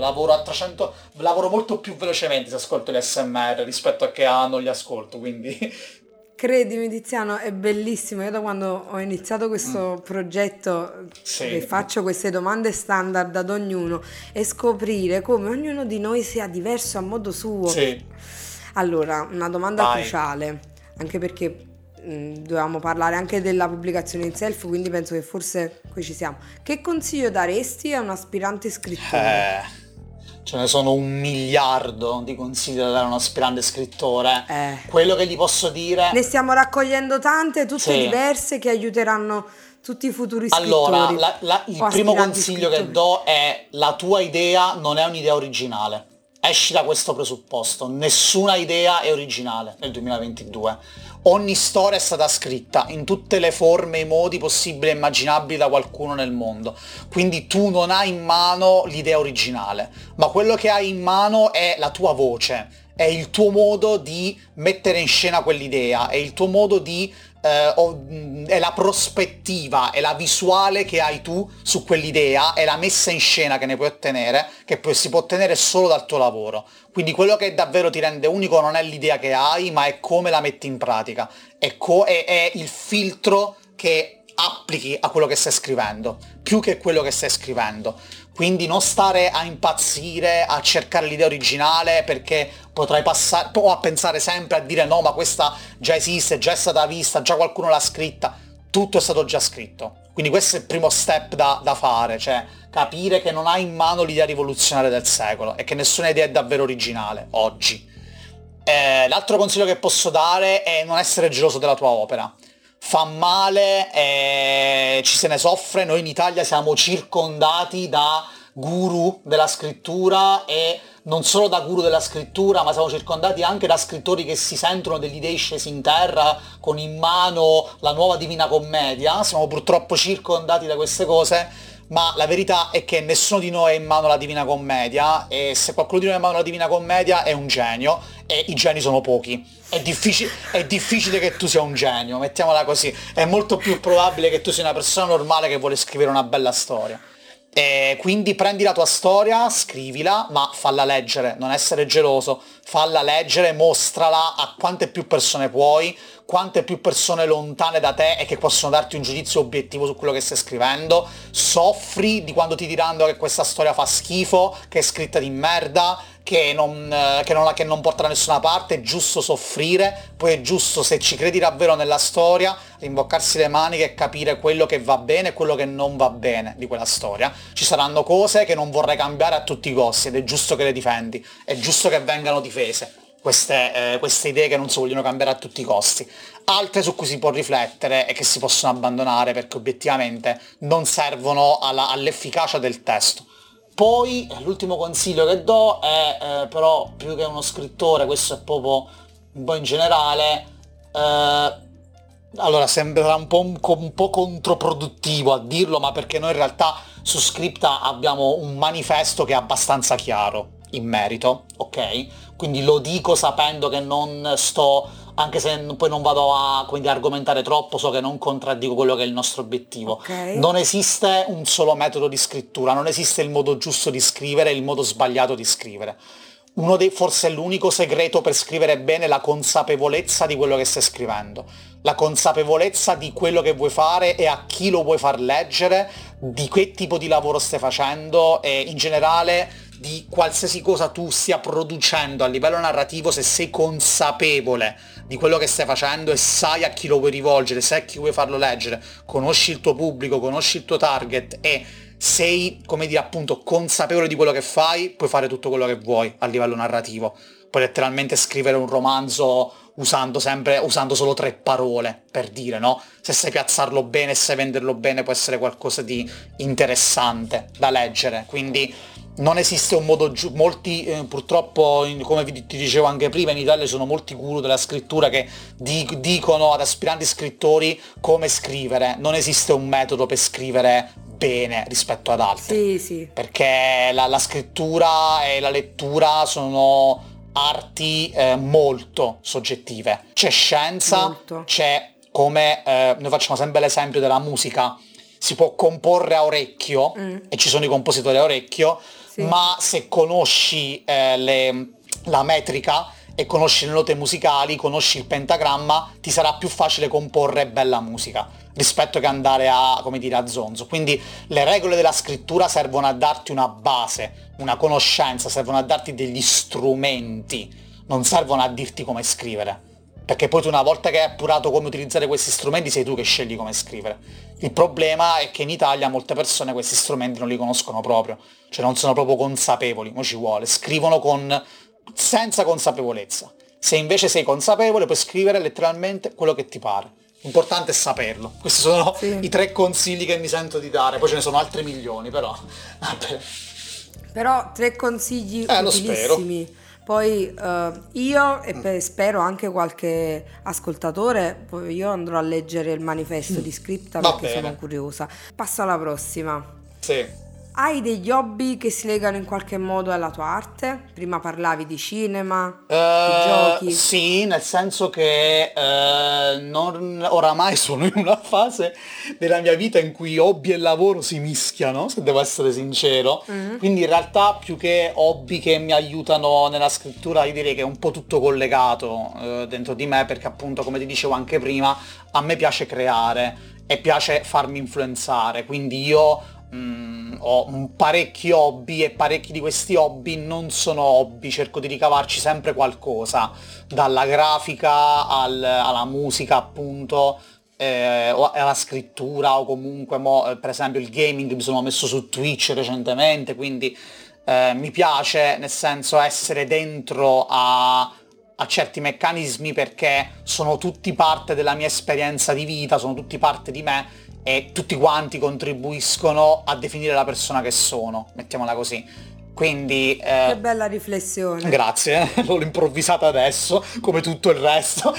lavoro molto più velocemente se ascolto l'SMR rispetto a che non li ascolto, quindi... Credimi Tiziano, è bellissimo. Io da quando ho iniziato questo progetto Sì. faccio queste domande standard ad ognuno e scoprire come ognuno di noi sia diverso a modo suo. Sì. Allora, una domanda Vai. cruciale, anche perché dovevamo parlare anche della pubblicazione in self, quindi penso che forse qui ci siamo. Che consiglio daresti a un aspirante scrittore? Ce ne sono 1 miliardo di consigli da dare a un aspirante scrittore. Eh. Quello che gli posso dire... Ne stiamo raccogliendo tante, tutte Sì. diverse, che aiuteranno tutti i futuri scrittori. Allora, il o primo aspiranti consiglio che scrittori. do è: la tua idea non è un'idea originale. Esci da questo presupposto, nessuna idea è originale nel 2022. Ogni storia è stata scritta in tutte le forme e i modi possibili e immaginabili da qualcuno nel mondo. Quindi tu non hai in mano l'idea originale, ma quello che hai in mano è la tua voce, è il tuo modo di mettere in scena quell'idea, è il tuo modo di... è la prospettiva, è la visuale che hai tu su quell'idea, è la messa in scena che ne puoi ottenere, che poi si può ottenere solo dal tuo lavoro. Quindi quello che davvero ti rende unico non è l'idea che hai, ma è come la metti in pratica, è il filtro che applichi a quello che stai scrivendo, più che quello che stai scrivendo. Quindi non stare a impazzire, a cercare l'idea originale, perché potrai passare o a pensare sempre a dire no, ma questa già esiste, già è stata vista, già qualcuno l'ha scritta. Tutto è stato già scritto. Quindi questo è il primo step da fare, cioè capire che non hai in mano l'idea rivoluzionaria del secolo e che nessuna idea è davvero originale oggi. L'altro consiglio che posso dare è non essere geloso della tua opera. Fa male, ci se ne soffre. Noi in Italia siamo circondati da guru della scrittura, e non solo da guru della scrittura, ma siamo circondati anche da scrittori che si sentono degli dei scesi in terra con in mano la nuova Divina Commedia. Siamo purtroppo circondati da queste cose, ma la verità è che nessuno di noi ha in mano la Divina Commedia, e se qualcuno di noi ha in mano la Divina Commedia è un genio, e i geni sono pochi. È difficile che tu sia un genio, mettiamola così. È molto più probabile che tu sia una persona normale che vuole scrivere una bella storia. E quindi prendi la tua storia, scrivila, ma falla leggere, non essere geloso, falla leggere, mostrala a quante più persone puoi, quante più persone lontane da te e che possono darti un giudizio obiettivo su quello che stai scrivendo. Soffri di quando ti diranno che questa storia fa schifo, che è scritta di merda, che non porta da nessuna parte. È giusto soffrire, poi è giusto, se ci credi davvero nella storia, rimboccarsi le maniche e capire quello che va bene e quello che non va bene di quella storia. Ci saranno cose che non vorrai cambiare a tutti i costi, ed è giusto che le difendi, è giusto che vengano difese queste idee che non si vogliono cambiare a tutti i costi. Altre su cui si può riflettere e che si possono abbandonare perché obiettivamente non servono all'efficacia del testo. Poi l'ultimo consiglio che do è, però più che uno scrittore, questo è proprio un po' in generale, allora sembrerà un po' controproduttivo a dirlo, ma perché noi in realtà su Scripta abbiamo un manifesto che è abbastanza chiaro in merito, ok? Quindi lo dico sapendo che non sto, anche se poi non vado a argomentare troppo, so che non contraddico quello che è il nostro obiettivo. Okay. Non esiste un solo metodo di scrittura, non esiste il modo giusto di scrivere e il modo sbagliato di scrivere. Forse l'unico segreto per scrivere bene è la consapevolezza di quello che stai scrivendo, la consapevolezza di quello che vuoi fare e a chi lo vuoi far leggere, di che tipo di lavoro stai facendo e in generale di qualsiasi cosa tu stia producendo a livello narrativo. Se sei consapevole di quello che stai facendo e sai a chi lo vuoi rivolgere, sai a chi vuoi farlo leggere, conosci il tuo pubblico, conosci il tuo target e sei, come dire, appunto consapevole di quello che fai, puoi fare tutto quello che vuoi a livello narrativo. Puoi letteralmente scrivere un romanzo usando solo 3 parole, per dire, no? Se sai piazzarlo bene e sai venderlo bene, può essere qualcosa di interessante da leggere. Quindi non esiste un modo molti purtroppo, come ti dicevo anche prima, in Italia ci sono molti guru della scrittura che dicono ad aspiranti scrittori come scrivere. Non esiste un metodo per scrivere bene rispetto ad altri. Sì. Perché la scrittura e la lettura sono arti molto soggettive. C'è scienza, Molto. c'è come noi facciamo sempre l'esempio della musica, si può comporre a orecchio e ci sono i compositori a orecchio, Sì. ma se conosci la metrica e conosci le note musicali, conosci il pentagramma, ti sarà più facile comporre bella musica rispetto che andare a, come dire, a zonzo. Quindi le regole della scrittura servono a darti una base, una conoscenza, servono a darti degli strumenti, non servono a dirti come scrivere. Perché poi tu, una volta che hai appurato come utilizzare questi strumenti, sei tu che scegli come scrivere. Il problema è che in Italia molte persone questi strumenti non li conoscono proprio, cioè non sono proprio consapevoli, mo ci vuole, scrivono senza consapevolezza. Se invece sei consapevole puoi scrivere letteralmente quello che ti pare. L'importante è saperlo. Questi sono i 3 consigli che mi sento di dare, poi ce ne sono altri milioni, però. Vabbè. Però 3 consigli Lo spero. utilissimi. Poi io e spero anche qualche ascoltatore, poi io andrò a leggere il manifesto di Scripta Va perché sono bene. curiosa. Passo alla prossima. Sì. Hai degli hobby che si legano in qualche modo alla tua arte? Prima parlavi di cinema, di giochi. Sì, nel senso che oramai sono in una fase della mia vita in cui hobby e lavoro si mischiano, se devo essere sincero. Quindi in realtà più che hobby che mi aiutano nella scrittura, io direi che è un po' tutto collegato dentro di me, perché appunto, come ti dicevo anche prima, a me piace creare e piace farmi influenzare, quindi io ho parecchi hobby e parecchi di questi hobby non sono hobby, cerco di ricavarci sempre qualcosa, dalla grafica alla musica appunto, o alla scrittura, o comunque per esempio il gaming mi sono messo su Twitch recentemente, quindi mi piace nel senso essere dentro a certi meccanismi perché sono tutti parte della mia esperienza di vita, sono tutti parte di me e tutti quanti contribuiscono a definire la persona che sono, mettiamola così. Quindi Che bella riflessione. grazie, l'ho improvvisata adesso, come tutto il resto.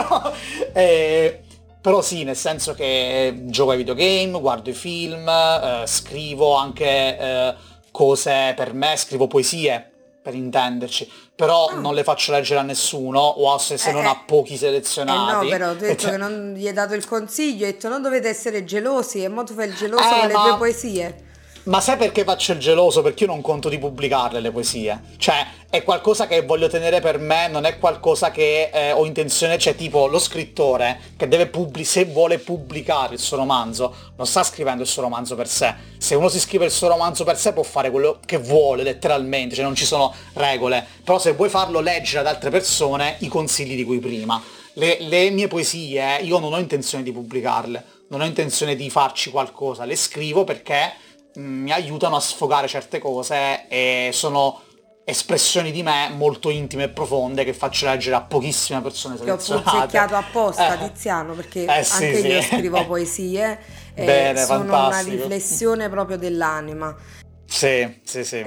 Però sì, nel senso che gioco ai videogame, guardo i film, scrivo anche cose per me, scrivo poesie, per intenderci, però non le faccio leggere a nessuno, o se non a pochi selezionati. No, però tu hai detto che non gli hai dato il consiglio, hai detto non dovete essere gelosi, e mo tu fai il geloso con le tue poesie. Ma sai perché faccio il geloso? Perché io non conto di pubblicarle le poesie. Cioè, è qualcosa che voglio tenere per me, non è qualcosa che ho intenzione, cioè tipo lo scrittore che deve se vuole pubblicare il suo romanzo, non sta scrivendo il suo romanzo per sé. Se uno si scrive il suo romanzo per sé può fare quello che vuole, letteralmente, cioè non ci sono regole. Però se vuoi farlo leggere ad altre persone, i consigli di cui prima. Le mie poesie, io non ho intenzione di pubblicarle, non ho intenzione di farci qualcosa, le scrivo perché mi aiutano a sfogare certe cose e sono espressioni di me molto intime e profonde che faccio leggere a pochissime persone selezionate. Che ho punzecchiato apposta, Tiziano, perché sì, anche io sì. scrivo poesie e Bene, sono fantastico. una riflessione proprio dell'anima. Sì.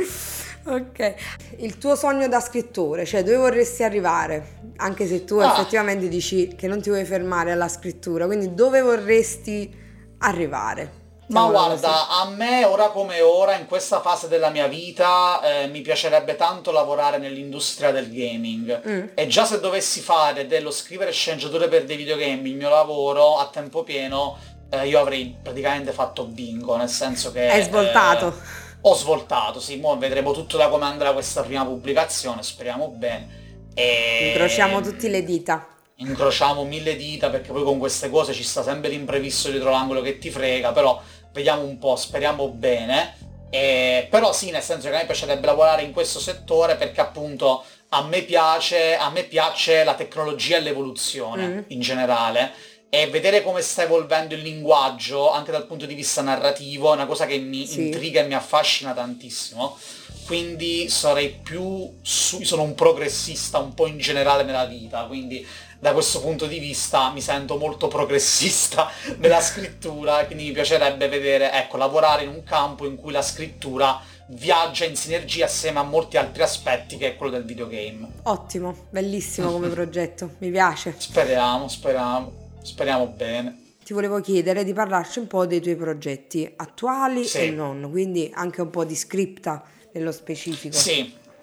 Ok, il tuo sogno da scrittore, cioè dove vorresti arrivare? Anche se tu effettivamente dici che non ti vuoi fermare alla scrittura, quindi dove vorresti arrivare? Ma guarda, a me ora come ora, in questa fase della mia vita, mi piacerebbe tanto lavorare nell'industria del gaming. E già se dovessi fare dello scrivere sceneggiature per dei videogame il mio lavoro a tempo pieno, io avrei praticamente fatto bingo, nel senso che... Hai svoltato. Ho svoltato, sì, mo vedremo tutto da come andrà questa prima pubblicazione, speriamo bene. Incrociamo tutte le dita. Incrociamo 1000 dita, perché poi con queste cose ci sta sempre l'imprevisto dietro l'angolo che ti frega, però vediamo un po', speriamo bene. Però sì, nel senso che a me piacerebbe lavorare in questo settore perché appunto a me piace la tecnologia e l'evoluzione in generale, e vedere come sta evolvendo il linguaggio anche dal punto di vista narrativo è una cosa che mi intriga e mi affascina tantissimo. Quindi sono un progressista un po' in generale nella vita, quindi da questo punto di vista mi sento molto progressista nella scrittura, e quindi mi piacerebbe lavorare in un campo in cui la scrittura viaggia in sinergia assieme a molti altri aspetti, che è quello del videogame. Ottimo, bellissimo come progetto, mi piace. Speriamo bene. Ti volevo chiedere di parlarci un po' dei tuoi progetti attuali e non, quindi anche un po' di Scripta nello specifico. Sì.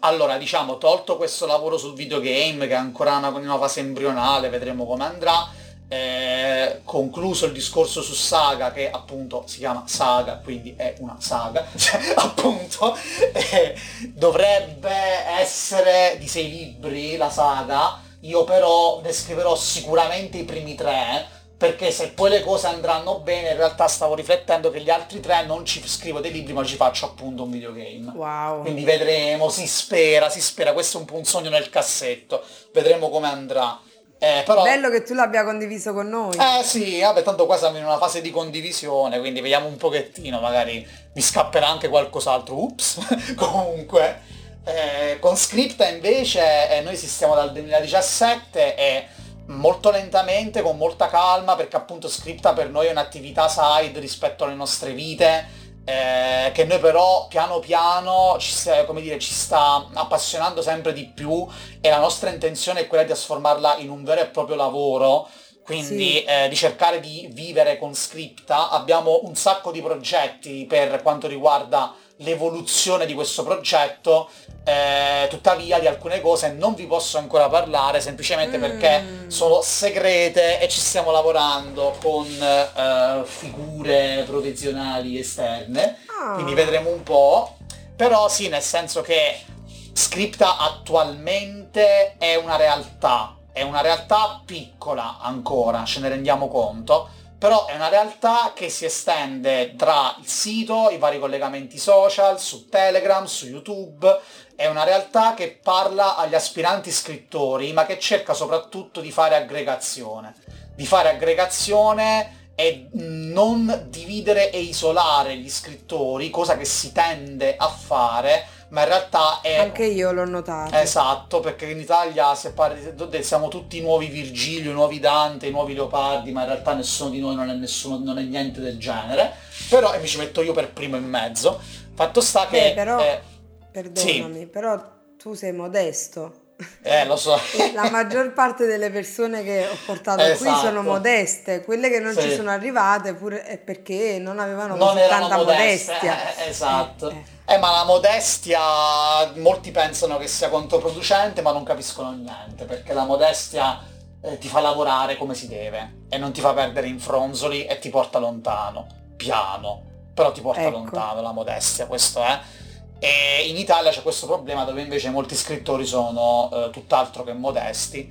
Allora, diciamo, tolto questo lavoro sul videogame, che è ancora in una fase embrionale, vedremo come andrà, concluso il discorso su Saga, che appunto si chiama Saga, quindi è una saga, cioè, appunto, dovrebbe essere di 6 libri la saga, io però ne scriverò sicuramente i primi 3, perché se poi le cose andranno bene, in realtà stavo riflettendo che gli altri 3 non ci scrivo dei libri, ma ci faccio appunto un videogame. Wow. Quindi vedremo, si spera, questo è un po' un sogno nel cassetto, vedremo come andrà. Però... Bello che tu l'abbia condiviso con noi. Sì, vabbè, tanto qua siamo in una fase di condivisione, quindi vediamo un pochettino, magari mi scapperà anche qualcos'altro, ups, comunque. Con Scripta invece noi esistiamo dal 2017 e molto lentamente, con molta calma, perché appunto Scripta per noi è un'attività side rispetto alle nostre vite, che noi però piano piano ci sta appassionando sempre di più, e la nostra intenzione è quella di trasformarla in un vero e proprio lavoro, quindi Sì. di cercare di vivere con Scripta. Abbiamo un sacco di progetti per quanto riguarda l'evoluzione di questo progetto, tuttavia di alcune cose non vi posso ancora parlare, semplicemente perché sono segrete e ci stiamo lavorando con figure professionali esterne, quindi vedremo un po', però sì, nel senso che Scripta attualmente è una realtà piccola ancora, ce ne rendiamo conto, però è una realtà che si estende tra il sito, i vari collegamenti social, su Telegram, su YouTube. È una realtà che parla agli aspiranti scrittori, ma che cerca soprattutto di fare aggregazione. E non dividere e isolare gli scrittori, cosa che si tende a fare, ma in realtà è... Anche io l'ho notato. Esatto, perché in Italia siamo tutti i nuovi Virgilio, i nuovi Dante, i nuovi Leopardi, ma in realtà nessuno di noi non è niente del genere. Però, e mi ci metto io per primo in mezzo, fatto sta che... però, perdonami, sì. però tu sei modesto. Lo so. La maggior parte delle persone che ho portato qui Esatto. sono modeste, quelle che non Sì. ci sono arrivate pure è perché non avevano Non così erano tanta modeste, modestia. esatto. Ma la modestia, molti pensano che sia controproducente, ma non capiscono niente, perché la modestia ti fa lavorare come si deve e non ti fa perdere in fronzoli e ti porta lontano, piano, però ti porta lontano la modestia, questo è. E in Italia c'è questo problema dove invece molti scrittori sono tutt'altro che modesti,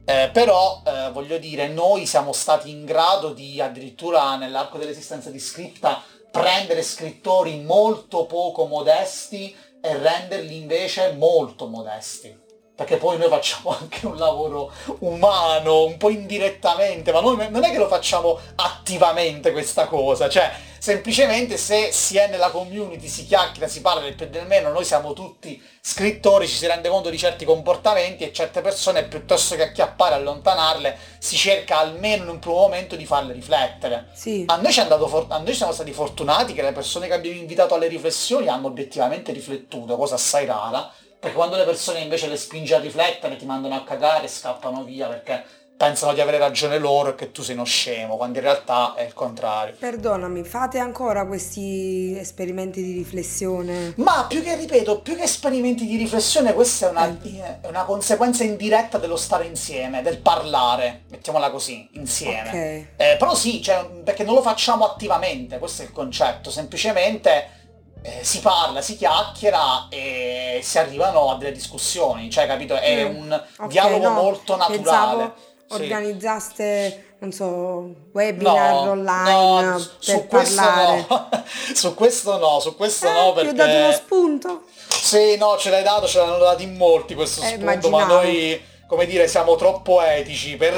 però voglio dire, noi siamo stati in grado di, addirittura nell'arco dell'esistenza di Scripta, prendere scrittori molto poco modesti e renderli invece molto modesti. Perché poi noi facciamo anche un lavoro umano, un po' indirettamente, ma noi non è che lo facciamo attivamente questa cosa, cioè semplicemente se si è nella community, si chiacchiera, si parla del più e del meno, noi siamo tutti scrittori, ci si rende conto di certi comportamenti e certe persone, piuttosto che acchiappare e allontanarle, si cerca almeno in un primo momento di farle riflettere. Sì. A noi siamo stati fortunati che le persone che abbiamo invitato alle riflessioni hanno obiettivamente riflettuto, cosa assai rara, perché quando le persone invece le spingi a riflettere ti mandano a cagare e scappano via perché pensano di avere ragione loro e che tu sei uno scemo, quando in realtà è il contrario. Perdonami, fate ancora questi esperimenti di riflessione? Ma più che esperimenti di riflessione, questa è una conseguenza indiretta dello stare insieme, del parlare, mettiamola così, insieme. Però sì, cioè, perché non lo facciamo attivamente, questo è il concetto, semplicemente si parla, si chiacchiera e si arrivano a delle discussioni, cioè, capito? È un dialogo molto naturale. Organizzaste, non so, webinar online per parlare. Su questo no, perché... Ti ho dato uno spunto. Sì, no, ce l'hanno dato in molti questo spunto, immaginavo. Ma noi, come dire, siamo troppo etici per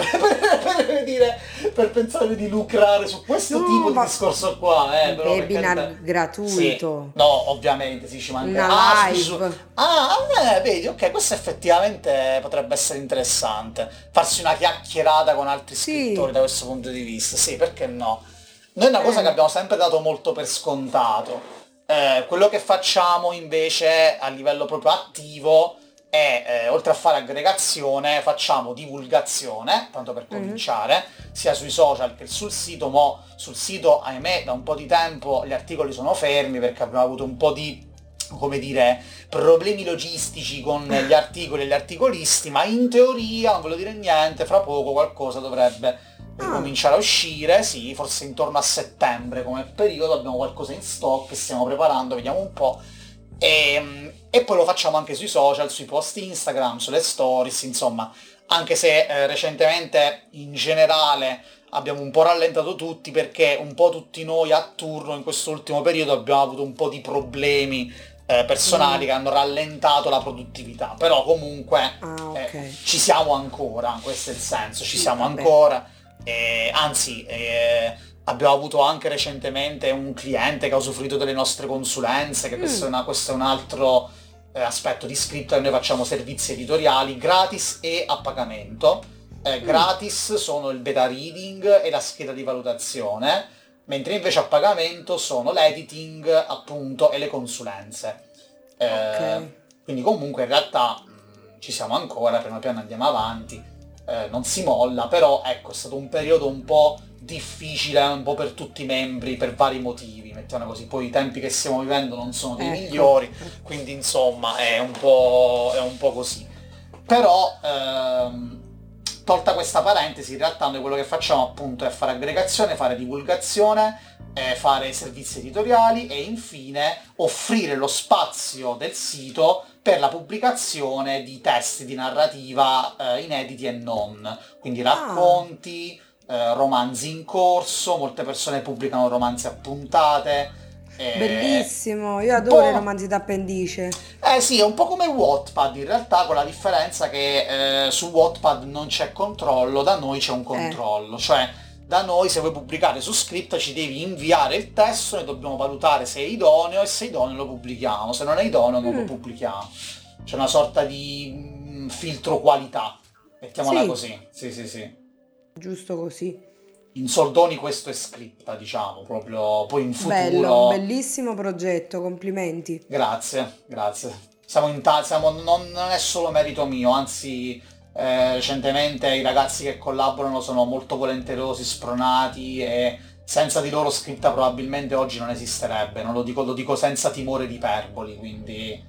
pensare di lucrare su questo tipo di discorso qua. Però webinar gratuito. Sì. No, ovviamente, sì, ci manca. Una live. Vedi, ok, questo effettivamente potrebbe essere interessante. Farsi una chiacchierata con altri scrittori da questo punto di vista. Sì, perché no? Noi è una cosa che abbiamo sempre dato molto per scontato. Quello che facciamo invece a livello proprio attivo è, oltre a fare aggregazione, facciamo divulgazione, tanto per cominciare, sia sui social che sul sito. Sul sito, ahimè, da un po' di tempo gli articoli sono fermi perché abbiamo avuto un po' di come dire, problemi logistici con gli articoli e gli articolisti, ma in teoria, non voglio dire niente, fra poco qualcosa dovrebbe cominciare a uscire, sì, forse intorno a settembre come periodo, abbiamo qualcosa in stock, stiamo preparando, vediamo un po', e poi lo facciamo anche sui social, sui post Instagram, sulle stories, insomma, anche se recentemente in generale abbiamo un po' rallentato tutti, perché un po' tutti noi a turno in questo ultimo periodo abbiamo avuto un po' di problemi personali che hanno rallentato la produttività, però comunque ci siamo ancora, questo è il senso, ci siamo ancora, anzi abbiamo avuto anche recentemente un cliente che ha usufruito delle nostre consulenze, che questo è un altro aspetto di Scripta, che noi facciamo servizi editoriali gratis e a pagamento. Gratis sono il beta reading e la scheda di valutazione, mentre invece a pagamento sono l'editing, appunto, e le consulenze. Quindi comunque in realtà ci siamo ancora, piano piano andiamo avanti, non si molla, però ecco, è stato un periodo un po' difficile, un po' per tutti i membri, per vari motivi, mettiamo così. Poi i tempi che stiamo vivendo non sono dei migliori, quindi insomma è un po' così. Però tolta questa parentesi, in realtà noi quello che facciamo appunto è fare aggregazione, fare divulgazione, fare servizi editoriali e infine offrire lo spazio del sito per la pubblicazione di testi di narrativa inediti e non, quindi racconti, romanzi in corso, molte persone pubblicano romanzi a puntate. Bellissimo, io adoro i romanzi d'appendice. Sì, è un po' come Wattpad in realtà, con la differenza che su Wattpad non c'è controllo, da noi c'è un controllo, cioè da noi se vuoi pubblicare su Scripta ci devi inviare il testo, noi dobbiamo valutare se è idoneo e se è idoneo lo pubblichiamo, se non è idoneo non lo pubblichiamo. C'è una sorta di filtro qualità, mettiamola così, sì. Giusto così. In soldoni questo è Scripta, diciamo, proprio poi in futuro. Bello, bellissimo progetto, complimenti. Grazie. Non è solo merito mio, anzi recentemente i ragazzi che collaborano sono molto volenterosi, spronati, e senza di loro Scripta probabilmente oggi non esisterebbe, lo dico senza timore di iperboli, quindi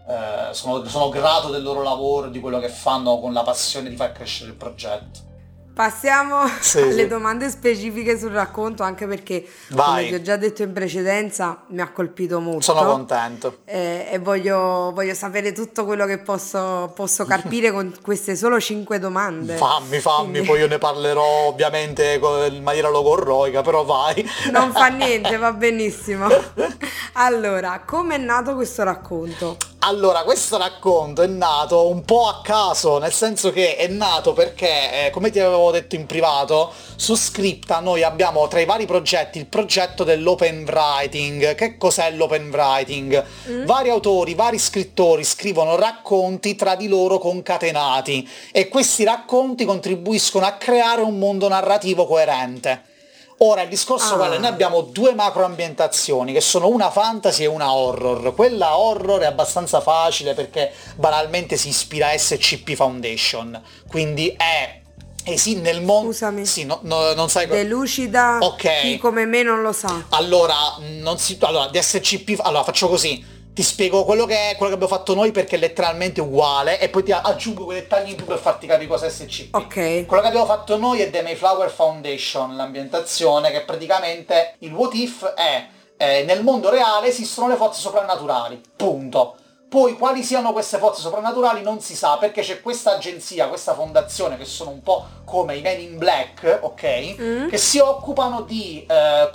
sono grato del loro lavoro, di quello che fanno con la passione di far crescere il progetto. Passiamo alle domande specifiche sul racconto, anche perché, come ti ho già detto in precedenza, mi ha colpito molto. Sono contento. E voglio sapere tutto quello che posso carpire con queste solo 5 domande. Fammi, quindi... poi io ne parlerò ovviamente in maniera logorroica, però vai. Non fa niente, va benissimo. Allora, come è nato questo racconto? Allora, questo racconto è nato un po' a caso, nel senso che è nato perché, come ti avevo detto in privato, su Scripta noi abbiamo tra i vari progetti il progetto dell'open writing. Che cos'è l'open writing? Vari autori, vari scrittori scrivono racconti tra di loro concatenati e questi racconti contribuiscono a creare un mondo narrativo coerente. Ora il discorso qual è? Noi abbiamo 2 macro ambientazioni che sono una fantasy e una horror. Quella horror è abbastanza facile perché banalmente si ispira a SCP Foundation, quindi è sì, nel mondo. Scusami. Sì, non sai Delucida. Ok. Chi come me non lo sa. Allora, di SCP. Allora, faccio così. Ti spiego quello che abbiamo fatto noi, perché è letteralmente uguale, e poi ti aggiungo quei dettagli in più per farti capire cosa è SCP. Ok. Quello che abbiamo fatto noi è The Mayflower Foundation, l'ambientazione, che praticamente il what if è nel mondo reale esistono le forze soprannaturali, punto. Poi quali siano queste forze soprannaturali non si sa, perché c'è questa agenzia, questa fondazione, che sono un po' come i Men in Black, ok? Che si occupano di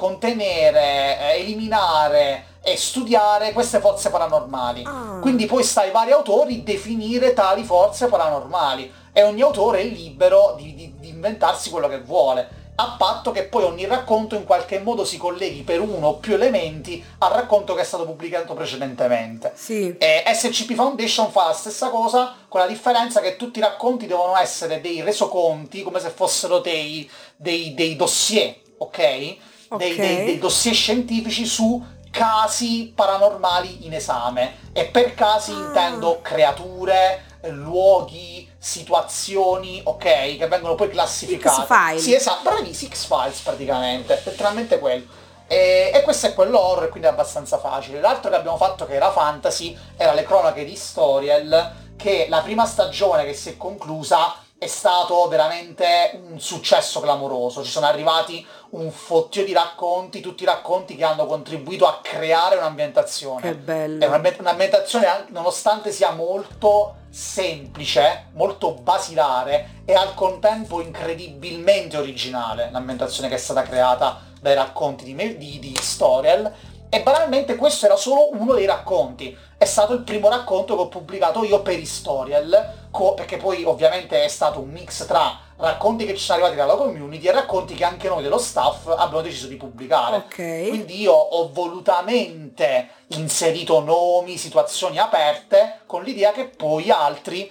contenere, eliminare e studiare queste forze paranormali. Quindi poi sta ai vari autori definire tali forze paranormali, e ogni autore è libero di inventarsi quello che vuole, a patto che poi ogni racconto in qualche modo si colleghi per uno o più elementi al racconto che è stato pubblicato precedentemente. Sì. SCP Foundation fa la stessa cosa, con la differenza che tutti i racconti devono essere dei resoconti, come se fossero dei dossier, ok? Dei dossier scientifici su casi paranormali in esame, e per casi intendo creature, luoghi, situazioni, ok, che vengono poi classificate. X-Files. Sì, esatto, bravi, X-Files praticamente, letteralmente quello. E questo è quello horror, quindi è abbastanza facile. L'altro che abbiamo fatto, che era fantasy, era Le cronache di Storiel, che la prima stagione che si è conclusa è stato veramente un successo clamoroso. Ci sono arrivati un fottio di racconti, tutti racconti che hanno contribuito a creare un'ambientazione. Che È bello. un'ambientazione, nonostante sia molto semplice, molto basilare, e al contempo incredibilmente originale, l'ambientazione che è stata creata dai racconti di Storiel. E banalmente questo era solo uno dei racconti. È stato il primo racconto che ho pubblicato io per Storiel, perché poi ovviamente è stato un mix tra racconti che ci sono arrivati dalla community e racconti che anche noi dello staff abbiamo deciso di pubblicare. Ok. Quindi io ho volutamente inserito nomi, situazioni aperte, con l'idea che poi altri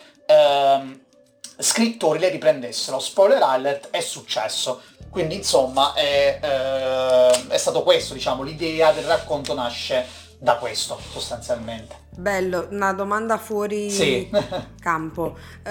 scrittori le riprendessero. Spoiler alert, è successo. Quindi insomma è stato questo, diciamo, l'idea del racconto nasce da questo, sostanzialmente. Bello, una domanda fuori Sì. campo.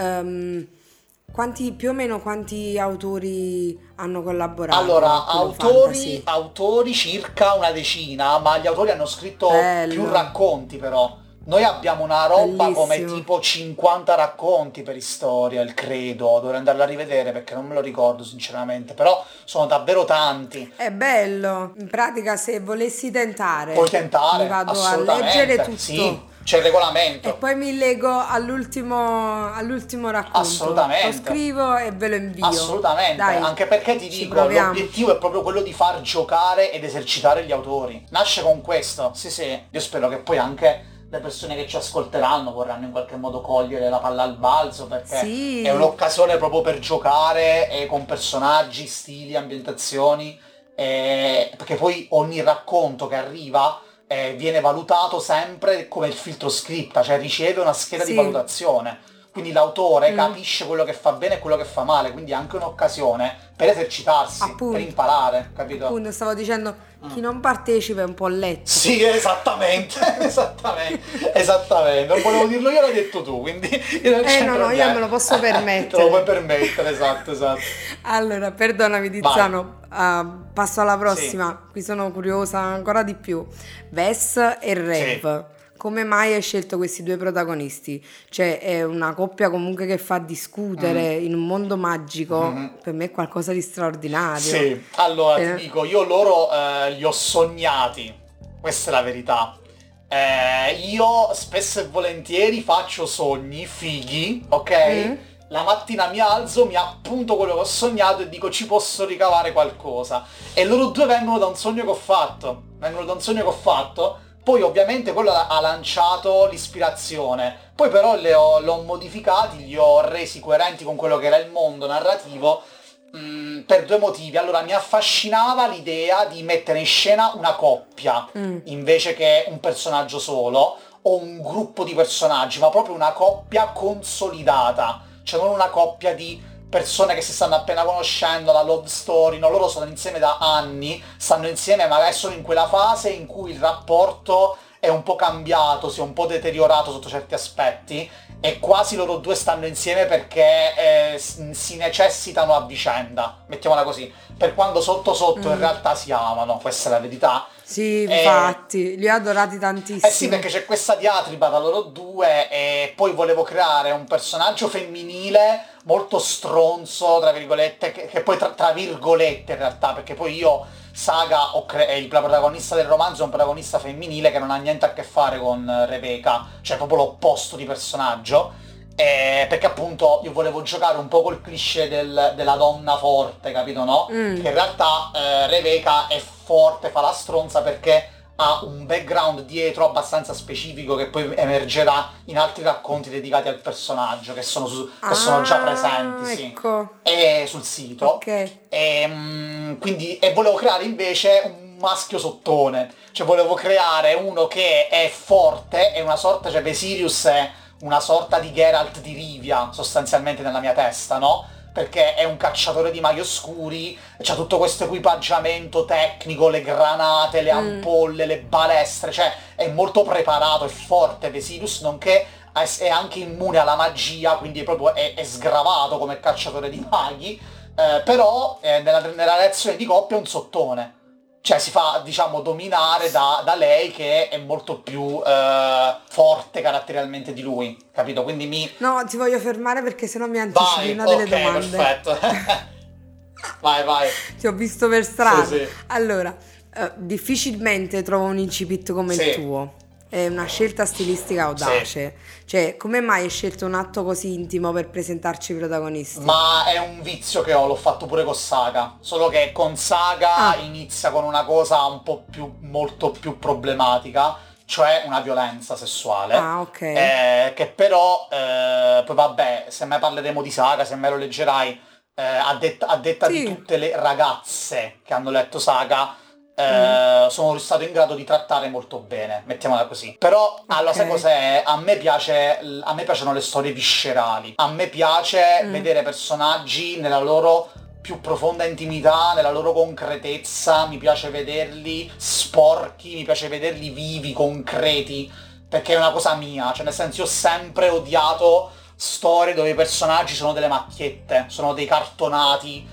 Più o meno quanti autori hanno collaborato Allora, con Fantasy? autori circa una decina, ma gli autori hanno scritto Bello. più racconti però. Noi abbiamo una roba come Bellissimo. tipo 50 racconti per Storiel, credo. Dovrei andarla a rivedere perché non me lo ricordo sinceramente, però sono davvero tanti. È bello. In pratica, se volessi tentare, Puoi tentare, mi vado a assolutamente. leggere tutto. Sì, c'è il regolamento. E poi mi leggo all'ultimo racconto. Assolutamente. Lo scrivo e ve lo invio. Assolutamente, Dai, anche perché ti ci dico, proviamo. l'obiettivo è proprio quello di far giocare ed esercitare gli autori. Nasce con questo, sì sì. Io spero che poi anche le persone che ci ascolteranno vorranno in qualche modo cogliere la palla al balzo, perché Sì. è un'occasione proprio per giocare con personaggi, stili, ambientazioni, perché poi ogni racconto che arriva viene valutato sempre come il filtro scripta, cioè riceve una scheda di Sì. valutazione. Quindi l'autore capisce quello che fa bene e quello che fa male, quindi è anche un'occasione per esercitarsi, Appunto. per imparare, capito? Appunto, stavo dicendo, chi non partecipa è un po' letto. Sì, esattamente, esattamente. Non volevo dirlo io, l'hai detto tu, quindi io non c'entro no, io niente. me lo posso permettere. Te lo puoi permettere, esatto. Allora, perdonami Tiziano, passo alla prossima. Qui sono curiosa ancora di più. Ves e Rev. Come mai hai scelto questi due protagonisti? Cioè, è una coppia comunque che fa discutere in un mondo magico. Per me è qualcosa di straordinario. Sì, allora ti dico, io loro li ho sognati, questa è la verità. Io spesso e volentieri faccio sogni fighi, ok? La mattina mi alzo, mi appunto quello che ho sognato e dico ci posso ricavare qualcosa. E loro due vengono da un sogno che ho fatto. Poi ovviamente quello ha lanciato l'ispirazione, poi però l'ho modificati, li ho resi coerenti con quello che era il mondo narrativo per due motivi. Allora, mi affascinava l'idea di mettere in scena una coppia invece che un personaggio solo o un gruppo di personaggi, ma proprio una coppia consolidata, cioè non una coppia di persone che si stanno appena conoscendo, la love story, no, loro sono insieme da anni, stanno insieme magari sono in quella fase in cui il rapporto è un po' cambiato, si è un po' deteriorato sotto certi aspetti, e quasi loro due stanno insieme perché si necessitano a vicenda, mettiamola così, per quando sotto sotto in realtà si amano, questa è la verità. Sì, infatti, li ho adorati tantissimo. Sì, perché c'è questa diatriba tra loro due e poi volevo creare un personaggio femminile molto stronzo, tra virgolette, che poi tra virgolette in realtà, perché poi io, Saga, la protagonista del romanzo è un protagonista femminile che non ha niente a che fare con Rebecca, cioè proprio l'opposto di personaggio, perché appunto io volevo giocare un po' col cliché della donna forte, capito, no? Che in realtà Rebecca è forte, fa la stronza perché ha un background dietro abbastanza specifico che poi emergerà in altri racconti dedicati al personaggio che sono già presenti, sì. Ecco. E sul sito. Ok. Quindi volevo creare invece un maschio sottone, cioè volevo creare uno che è forte, è una sorta, cioè Sirius è una sorta di Geralt di Rivia sostanzialmente nella mia testa, no? Perché è un cacciatore di maghi oscuri, c'ha tutto questo equipaggiamento tecnico, le granate, le ampolle, le balestre, cioè è molto preparato, è forte Vesilius, nonché è anche immune alla magia, quindi è sgravato come cacciatore di maghi, però nella relazione di coppia è un sottone. cioè si fa, diciamo, dominare da lei che è molto più forte caratterialmente di lui, capito? Quindi No, ti voglio fermare perché sennò mi anticipi Vai, una delle ok, domande. perfetto. Vai. Ti ho visto per strada. Sì. Allora, difficilmente trovo un incipit come il Sì. tuo. È una scelta stilistica audace. Cioè, come mai hai scelto un atto così intimo per presentarci i protagonisti? Ma è un vizio che ho, l'ho fatto pure con Saga, solo che con Saga inizia con una cosa un po' molto più problematica, cioè una violenza sessuale. Ah, ok. Che però, poi vabbè, se mai parleremo di Saga, se mai lo leggerai, a detta di Sì. tutte le ragazze che hanno letto Saga, sono stato in grado di trattare molto bene, mettiamola così. Però, allora, sai cos'è? A me piacciono le storie viscerali. A me piace vedere personaggi nella loro più profonda intimità, nella loro concretezza. Mi piace vederli sporchi, mi piace vederli vivi, concreti, perché è una cosa mia. Cioè, nel senso, io ho sempre odiato storie dove i personaggi sono delle macchiette, sono dei cartonati,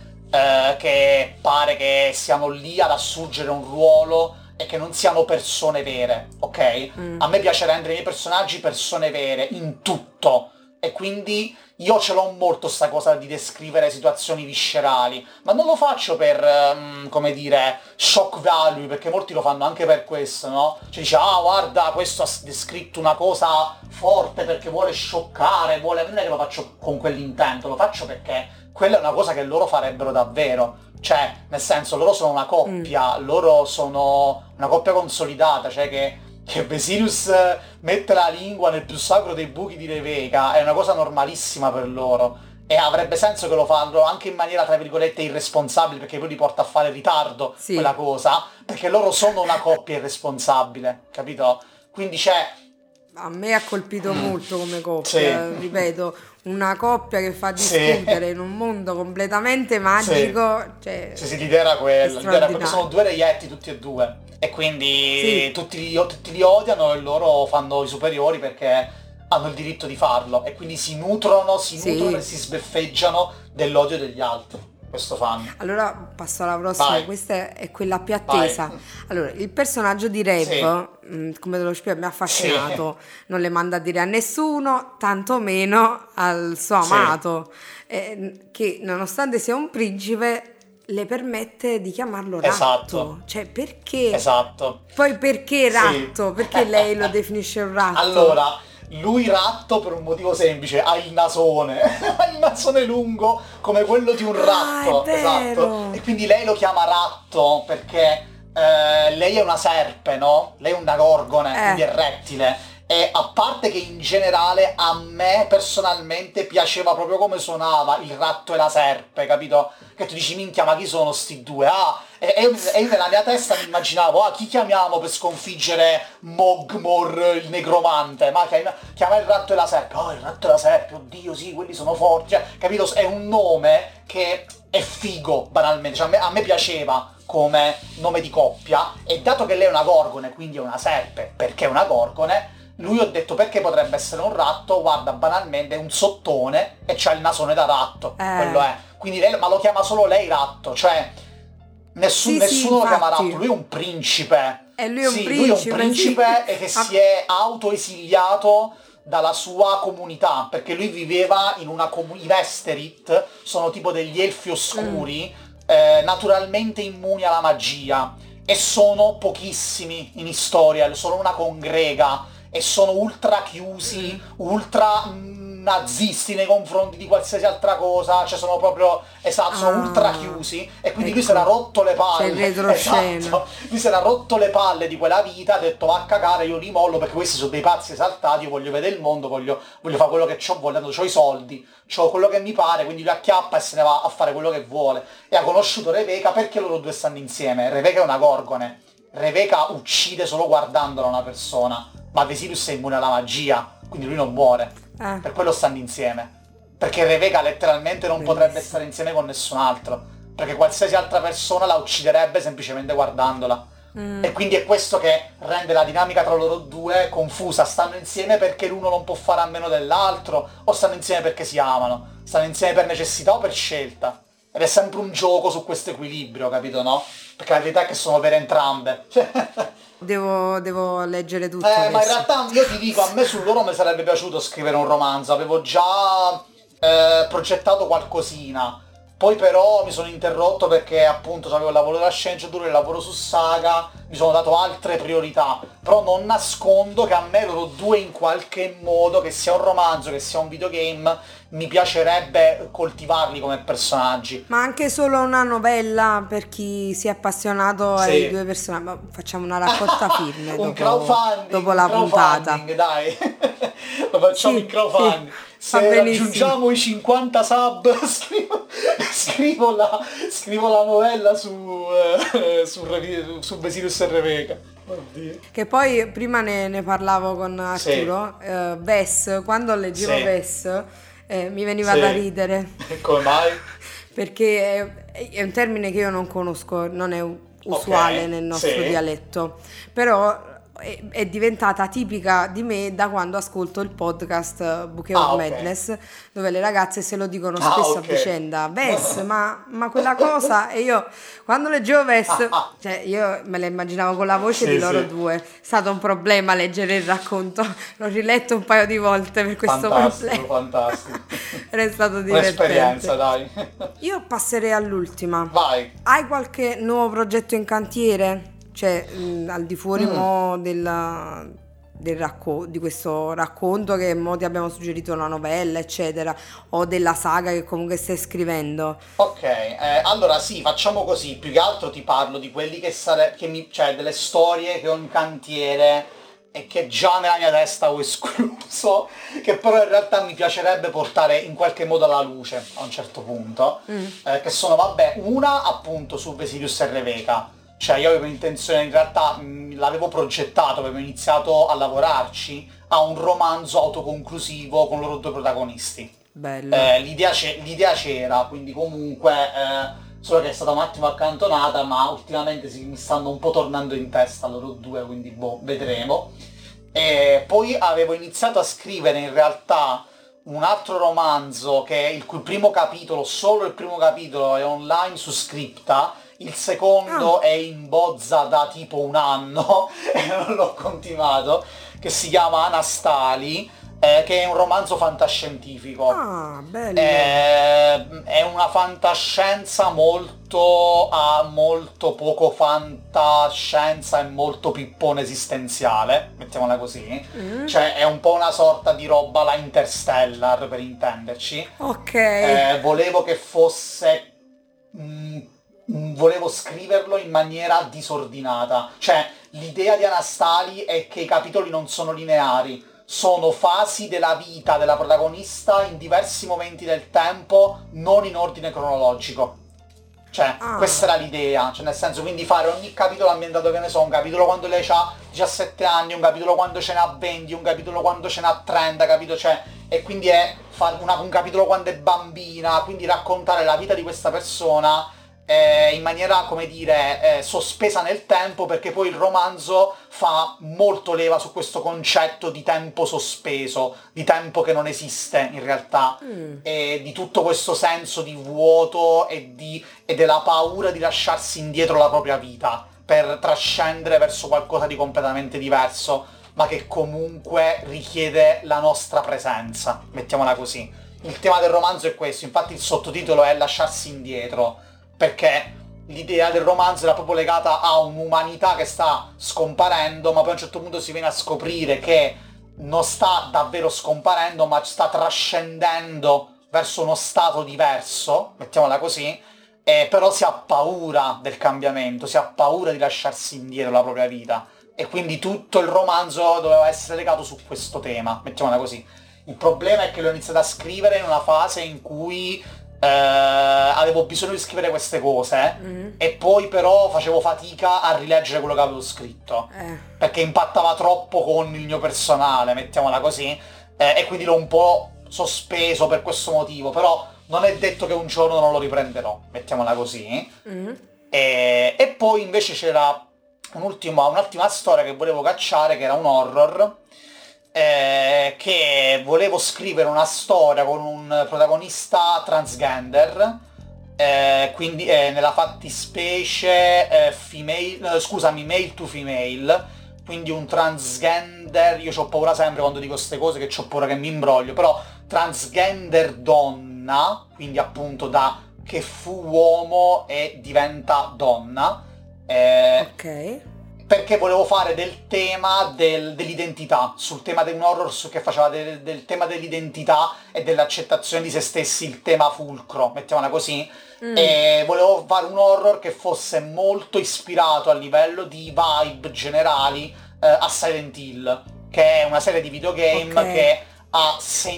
che pare che siano lì ad assurgere un ruolo e che non siano persone vere, ok? A me piace rendere i miei personaggi persone vere in tutto, e quindi io ce l'ho molto sta cosa di descrivere situazioni viscerali, ma non lo faccio per, come dire, shock value, perché molti lo fanno anche per questo, no? Cioè dice, guarda, questo ha descritto una cosa forte perché vuole scioccare, non è che lo faccio con quell'intento, lo faccio perché quella è una cosa che loro farebbero davvero. Cioè, nel senso, loro sono una coppia, loro sono una coppia consolidata, cioè che Vesilius mette la lingua nel più sacro dei buchi di Rebecca è una cosa normalissima per loro. E avrebbe senso che lo fanno anche in maniera, tra virgolette, irresponsabile, perché poi li porta a fare ritardo quella cosa, perché loro sono una coppia irresponsabile, capito? Quindi c'è... A me ha colpito molto come coppia, ripeto, una coppia che fa discutere in un mondo completamente magico, cioè sì, l'idea era quella, perché sono due reietti tutti e due, e quindi tutti li odiano e loro fanno i superiori perché hanno il diritto di farlo, e quindi si nutrono e si sbeffeggiano dell'odio degli altri. Questo fanno. Allora passo alla prossima. Vai. Questa è quella più attesa. Vai. Allora, il personaggio di Rev, come te lo spiego, mi ha affascinato. Non le manda a dire a nessuno, tantomeno al suo amato, che nonostante sia un principe le permette di chiamarlo ratto. Esatto. Cioè, perché? Esatto. Poi perché ratto? Perché lei lo definisce un ratto? Allora, lui ratto per un motivo semplice, ha il nasone, ha il nasone lungo come quello di un ratto, esatto. E quindi lei lo chiama ratto perché lei è una serpe, no? Lei è una gorgone, quindi è rettile. E a parte che in generale a me personalmente piaceva proprio come suonava il ratto e la serpe, capito? Che tu dici, minchia, ma chi sono sti due? E io nella mia testa mi immaginavo, chi chiamiamo per sconfiggere Mogmor, il negromante? Ma chiama il ratto e la serpe. Il ratto e la serpe, oddio, sì, quelli sono forti. Cioè, capito? È un nome che è figo, banalmente. Cioè, a me piaceva come nome di coppia, e dato che lei è una gorgone, quindi è una serpe, perché è una gorgone, lui ho detto perché potrebbe essere un ratto, guarda, banalmente è un sottone e c'ha il nasone da ratto, quello è. Quindi lei, ma lo chiama solo lei ratto, cioè nessuno lo chiama ratto, lui è un principe. Lui è un principe, lui è un principe e che si è autoesiliato dalla sua comunità, perché lui viveva in una i Vesterit sono tipo degli elfi oscuri, naturalmente immuni alla magia, e sono pochissimi in storia, sono una congrega e sono ultra chiusi, ultra nazisti nei confronti di qualsiasi altra cosa, cioè sono proprio, sono ultra chiusi, e quindi lui si era rotto le palle, lui si era rotto le palle di quella vita, ha detto va a cagare, io li mollo perché questi sono dei pazzi esaltati, io voglio vedere il mondo, voglio fare quello che c'ho i soldi, c'ho quello che mi pare, quindi lui acchiappa e se ne va a fare quello che vuole. E ha conosciuto Rebecca perché loro due stanno insieme. Rebecca è una gorgone, Rebecca uccide solo guardandola una persona, ma Vesilius è immune alla magia, quindi lui non muore. Per quello stanno insieme, perché Rebecca letteralmente non potrebbe stare insieme con nessun altro, perché qualsiasi altra persona la ucciderebbe semplicemente guardandola. E quindi è questo che rende la dinamica tra loro due confusa. Stanno insieme perché l'uno non può fare a meno dell'altro, o stanno insieme perché si amano, stanno insieme per necessità o per scelta. ed è sempre un gioco su questo equilibrio, capito, no? Perché la verità è che sono per entrambe. Devo leggere tutto Ma in adesso. realtà io ti dico, a me su loro mi sarebbe piaciuto scrivere un romanzo, avevo già progettato qualcosina, poi però mi sono interrotto perché appunto avevo il lavoro della sceneggiatura, il lavoro su Saga, mi sono dato altre priorità, però non nascondo che a me loro due in qualche modo, che sia un romanzo, che sia un videogame, mi piacerebbe coltivarli come personaggi. Ma anche solo una novella per chi si è appassionato ai due personaggi. Ma facciamo una raccolta film un dopo la puntata. Dai. Lo facciamo in crowdfunding. Sì, Se raggiungiamo i 50 sub scrivo la novella su Vesilius e Rebecca. Oddio. Che poi prima ne parlavo con Arturo. Ves, quando leggevo Ves mi veniva da ridere. Come mai? Perché è un termine che io non conosco, non è usuale nel nostro dialetto, però è diventata tipica di me da quando ascolto il podcast Bouquet of Madness, dove le ragazze se lo dicono spesso a vicenda. Ves, ma quella cosa, e io quando leggevo Ves, cioè io me la immaginavo con la voce di loro due. È stato un problema leggere il racconto, l'ho riletto un paio di volte per questo problema. Fantastico. È stato divertente. Un'esperienza, dai. Io passerei all'ultima. Vai. Hai qualche nuovo progetto in cantiere? Cioè, al di fuori di questo racconto che mo ti abbiamo suggerito, una novella, eccetera, o della saga che comunque stai scrivendo? Ok, allora sì, facciamo così. Più che altro ti parlo di quelli cioè delle storie che ho in cantiere e che già nella mia testa ho escluso, che però in realtà mi piacerebbe portare in qualche modo alla luce a un certo punto, che sono, vabbè, una appunto su Vesilius e Rebecca. Cioè io avevo intenzione, in realtà l'avevo progettato, avevo iniziato a lavorarci a un romanzo autoconclusivo con loro due protagonisti. Bello. L'idea c'era, quindi comunque solo che è stata un attimo accantonata, ma ultimamente mi stanno un po' tornando in testa loro due, quindi vedremo. E poi avevo iniziato a scrivere in realtà un altro romanzo il cui primo capitolo, solo il primo capitolo, è online su Scripta. Il secondo è in bozza da tipo un anno e non l'ho continuato, che si chiama Anastali, che è un romanzo fantascientifico. Ah, bello. È una fantascienza molto poco fantascienza e molto pippone esistenziale, mettiamola così. Cioè è un po' una sorta di roba alla Interstellar, per intenderci. Ok. Volevo che fosse... volevo scriverlo in maniera disordinata. Cioè l'idea di Anastali è che i capitoli non sono lineari, sono fasi della vita della protagonista in diversi momenti del tempo, non in ordine cronologico. Cioè, questa era l'idea, cioè nel senso, quindi fare ogni capitolo ambientato, che ne so, un capitolo quando lei ha 17 anni, un capitolo quando ce n'ha 20, un capitolo quando ce n'ha 30, capito? Cioè, e quindi è un capitolo quando è bambina, quindi raccontare la vita di questa persona in maniera, come dire, sospesa nel tempo, perché poi il romanzo fa molto leva su questo concetto di tempo sospeso, di tempo che non esiste in realtà, e di tutto questo senso di vuoto e della paura di lasciarsi indietro la propria vita per trascendere verso qualcosa di completamente diverso, ma che comunque richiede la nostra presenza, mettiamola così. Il tema del romanzo è questo, infatti il sottotitolo è Lasciarsi indietro, perché l'idea del romanzo era proprio legata a un'umanità che sta scomparendo, ma poi a un certo punto si viene a scoprire che non sta davvero scomparendo, ma sta trascendendo verso uno stato diverso, mettiamola così, però si ha paura del cambiamento, si ha paura di lasciarsi indietro la propria vita, e quindi tutto il romanzo doveva essere legato su questo tema, mettiamola così. Il problema è che l'ho iniziato a scrivere in una fase in cui avevo bisogno di scrivere queste cose, e poi però facevo fatica a rileggere quello che avevo scritto, perché impattava troppo con il mio personale, mettiamola così, e quindi l'ho un po' sospeso per questo motivo, però non è detto che un giorno non lo riprenderò, mettiamola così. E poi invece c'era un'ultima storia che volevo cacciare, che era un horror, che volevo scrivere una storia con un protagonista transgender, quindi nella fattispecie male to female, quindi un transgender. Io ho paura sempre quando dico queste cose, che ho paura che mi imbroglio, però transgender donna, quindi appunto da che fu uomo e diventa donna, Ok. perché volevo fare del tema dell'identità, sul tema di un horror che faceva del tema dell'identità e dell'accettazione di se stessi, il tema fulcro, mettiamola così. E volevo fare un horror che fosse molto ispirato a livello di vibe generali a Silent Hill, che è una serie di videogame Ok. che ha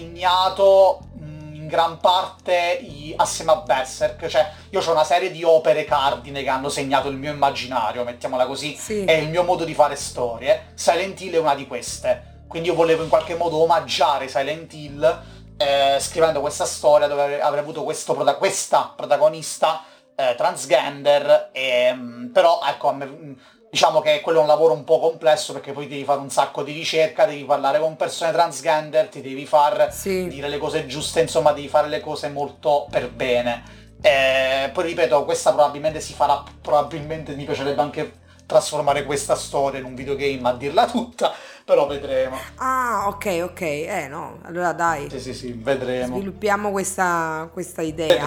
segnato in gran parte assieme a Berserk. Cioè io ho una serie di opere cardine che hanno segnato il mio immaginario, mettiamola così, Sì. e il mio modo di fare storie. Silent Hill è una di queste, quindi io volevo in qualche modo omaggiare Silent Hill scrivendo questa storia dove avrei avuto questa protagonista transgender, però ecco, diciamo che quello è un lavoro un po' complesso, perché poi devi fare un sacco di ricerca, devi parlare con persone transgender, ti devi far Sì. dire le cose giuste, insomma devi fare le cose molto per bene. Poi ripeto, questa probabilmente si farà, probabilmente mi piacerebbe anche trasformare questa storia in un videogame, a dirla tutta, però vedremo. Ah, ok, no, allora dai, Sì, vedremo. sviluppiamo questa idea.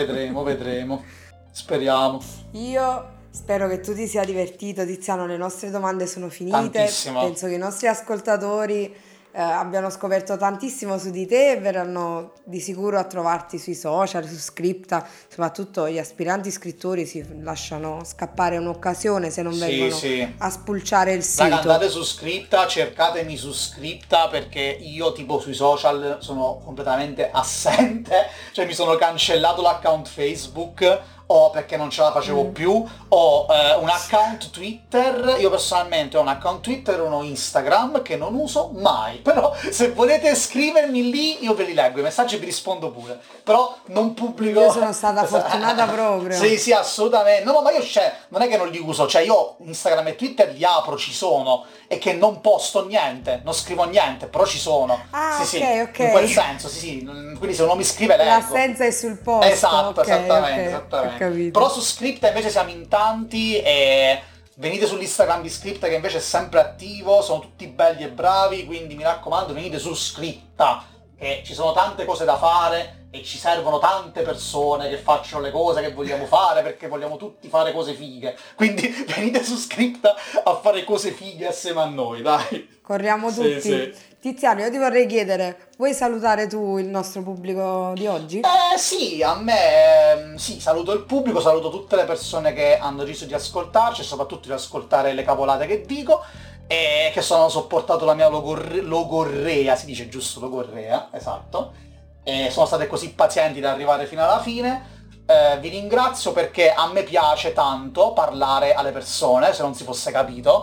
Vedremo. Speriamo. Io spero che tu ti sia divertito, Tiziano, le nostre domande sono finite. Tantissimo. Penso che i nostri ascoltatori abbiano scoperto tantissimo su di te e verranno di sicuro a trovarti sui social, su Scripta. Soprattutto gli aspiranti scrittori si lasciano scappare un'occasione se non vengono a spulciare il sito. Raga, andate su Scripta, cercatemi su Scripta, perché io tipo sui social sono completamente assente, cioè mi sono cancellato l'account Facebook, o perché non ce la facevo più, ho un account Twitter. Io personalmente ho un account Twitter e uno Instagram che non uso mai, però se volete scrivermi lì io ve li leggo, i messaggi vi rispondo pure, però non pubblico. Io sono stata fortunata proprio. Sì, assolutamente. No, ma io non è che non li uso, cioè io Instagram e Twitter li apro, ci sono, e che non posto niente, non scrivo niente, però ci sono. Ah, sì, ok. in quel senso, sì, quindi se uno mi scrive leggo. L'assenza è sul posto. Esatto, ok, esattamente. ho capito. Però su Scripta invece siamo in tanti, e venite sull'Instagram di Scripta che invece è sempre attivo, sono tutti belli e bravi, quindi mi raccomando venite su Scripta, che ci sono tante cose da fare e ci servono tante persone che facciano le cose che vogliamo fare, perché vogliamo tutti fare cose fighe, quindi venite su Scripta a fare cose fighe assieme a noi, dai. Corriamo tutti. Sì. Tiziano, io ti vorrei chiedere, vuoi salutare tu il nostro pubblico di oggi? Sì, a me sì, saluto il pubblico, saluto tutte le persone che hanno deciso di ascoltarci e soprattutto di ascoltare le cavolate che dico, e che hanno sopportato la mia logorrea, si dice giusto, logorrea, esatto, e sono state così pazienti da arrivare fino alla fine. Vi ringrazio, perché a me piace tanto parlare alle persone, se non si fosse capito,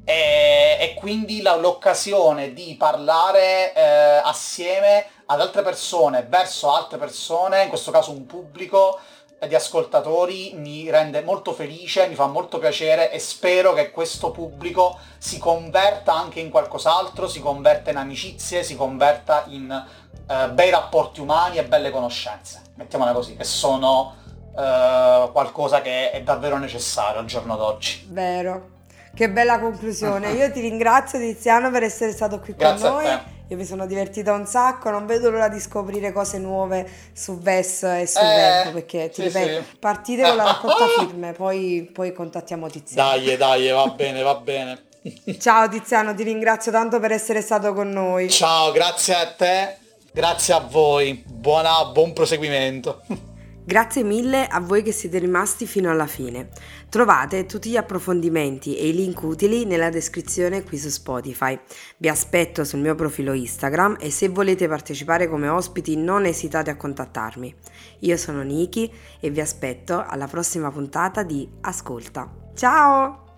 e quindi l'occasione di parlare assieme ad altre persone, verso altre persone, in questo caso un pubblico di ascoltatori, mi rende molto felice, mi fa molto piacere, e spero che questo pubblico si converta anche in qualcos'altro, si converta in amicizie, si converta in bei rapporti umani e belle conoscenze, mettiamola così, che sono qualcosa che è davvero necessario al giorno d'oggi. Vero. Che bella conclusione. Io ti ringrazio, Tiziano, per essere stato qui Grazie con a noi. te. Io mi sono divertita un sacco, non vedo l'ora di scoprire cose nuove su Ves e su Verbo, perché ti ripeto, partite con la raccolta firme, poi contattiamo Tiziano. Dai, va bene. Ciao Tiziano, ti ringrazio tanto per essere stato con noi. Ciao, grazie a te, grazie a voi, buon proseguimento. Grazie mille a voi che siete rimasti fino alla fine. Trovate tutti gli approfondimenti e i link utili nella descrizione qui su Spotify. Vi aspetto sul mio profilo Instagram e se volete partecipare come ospiti non esitate a contattarmi. Io sono Niki e vi aspetto alla prossima puntata di Ascolta. Ciao!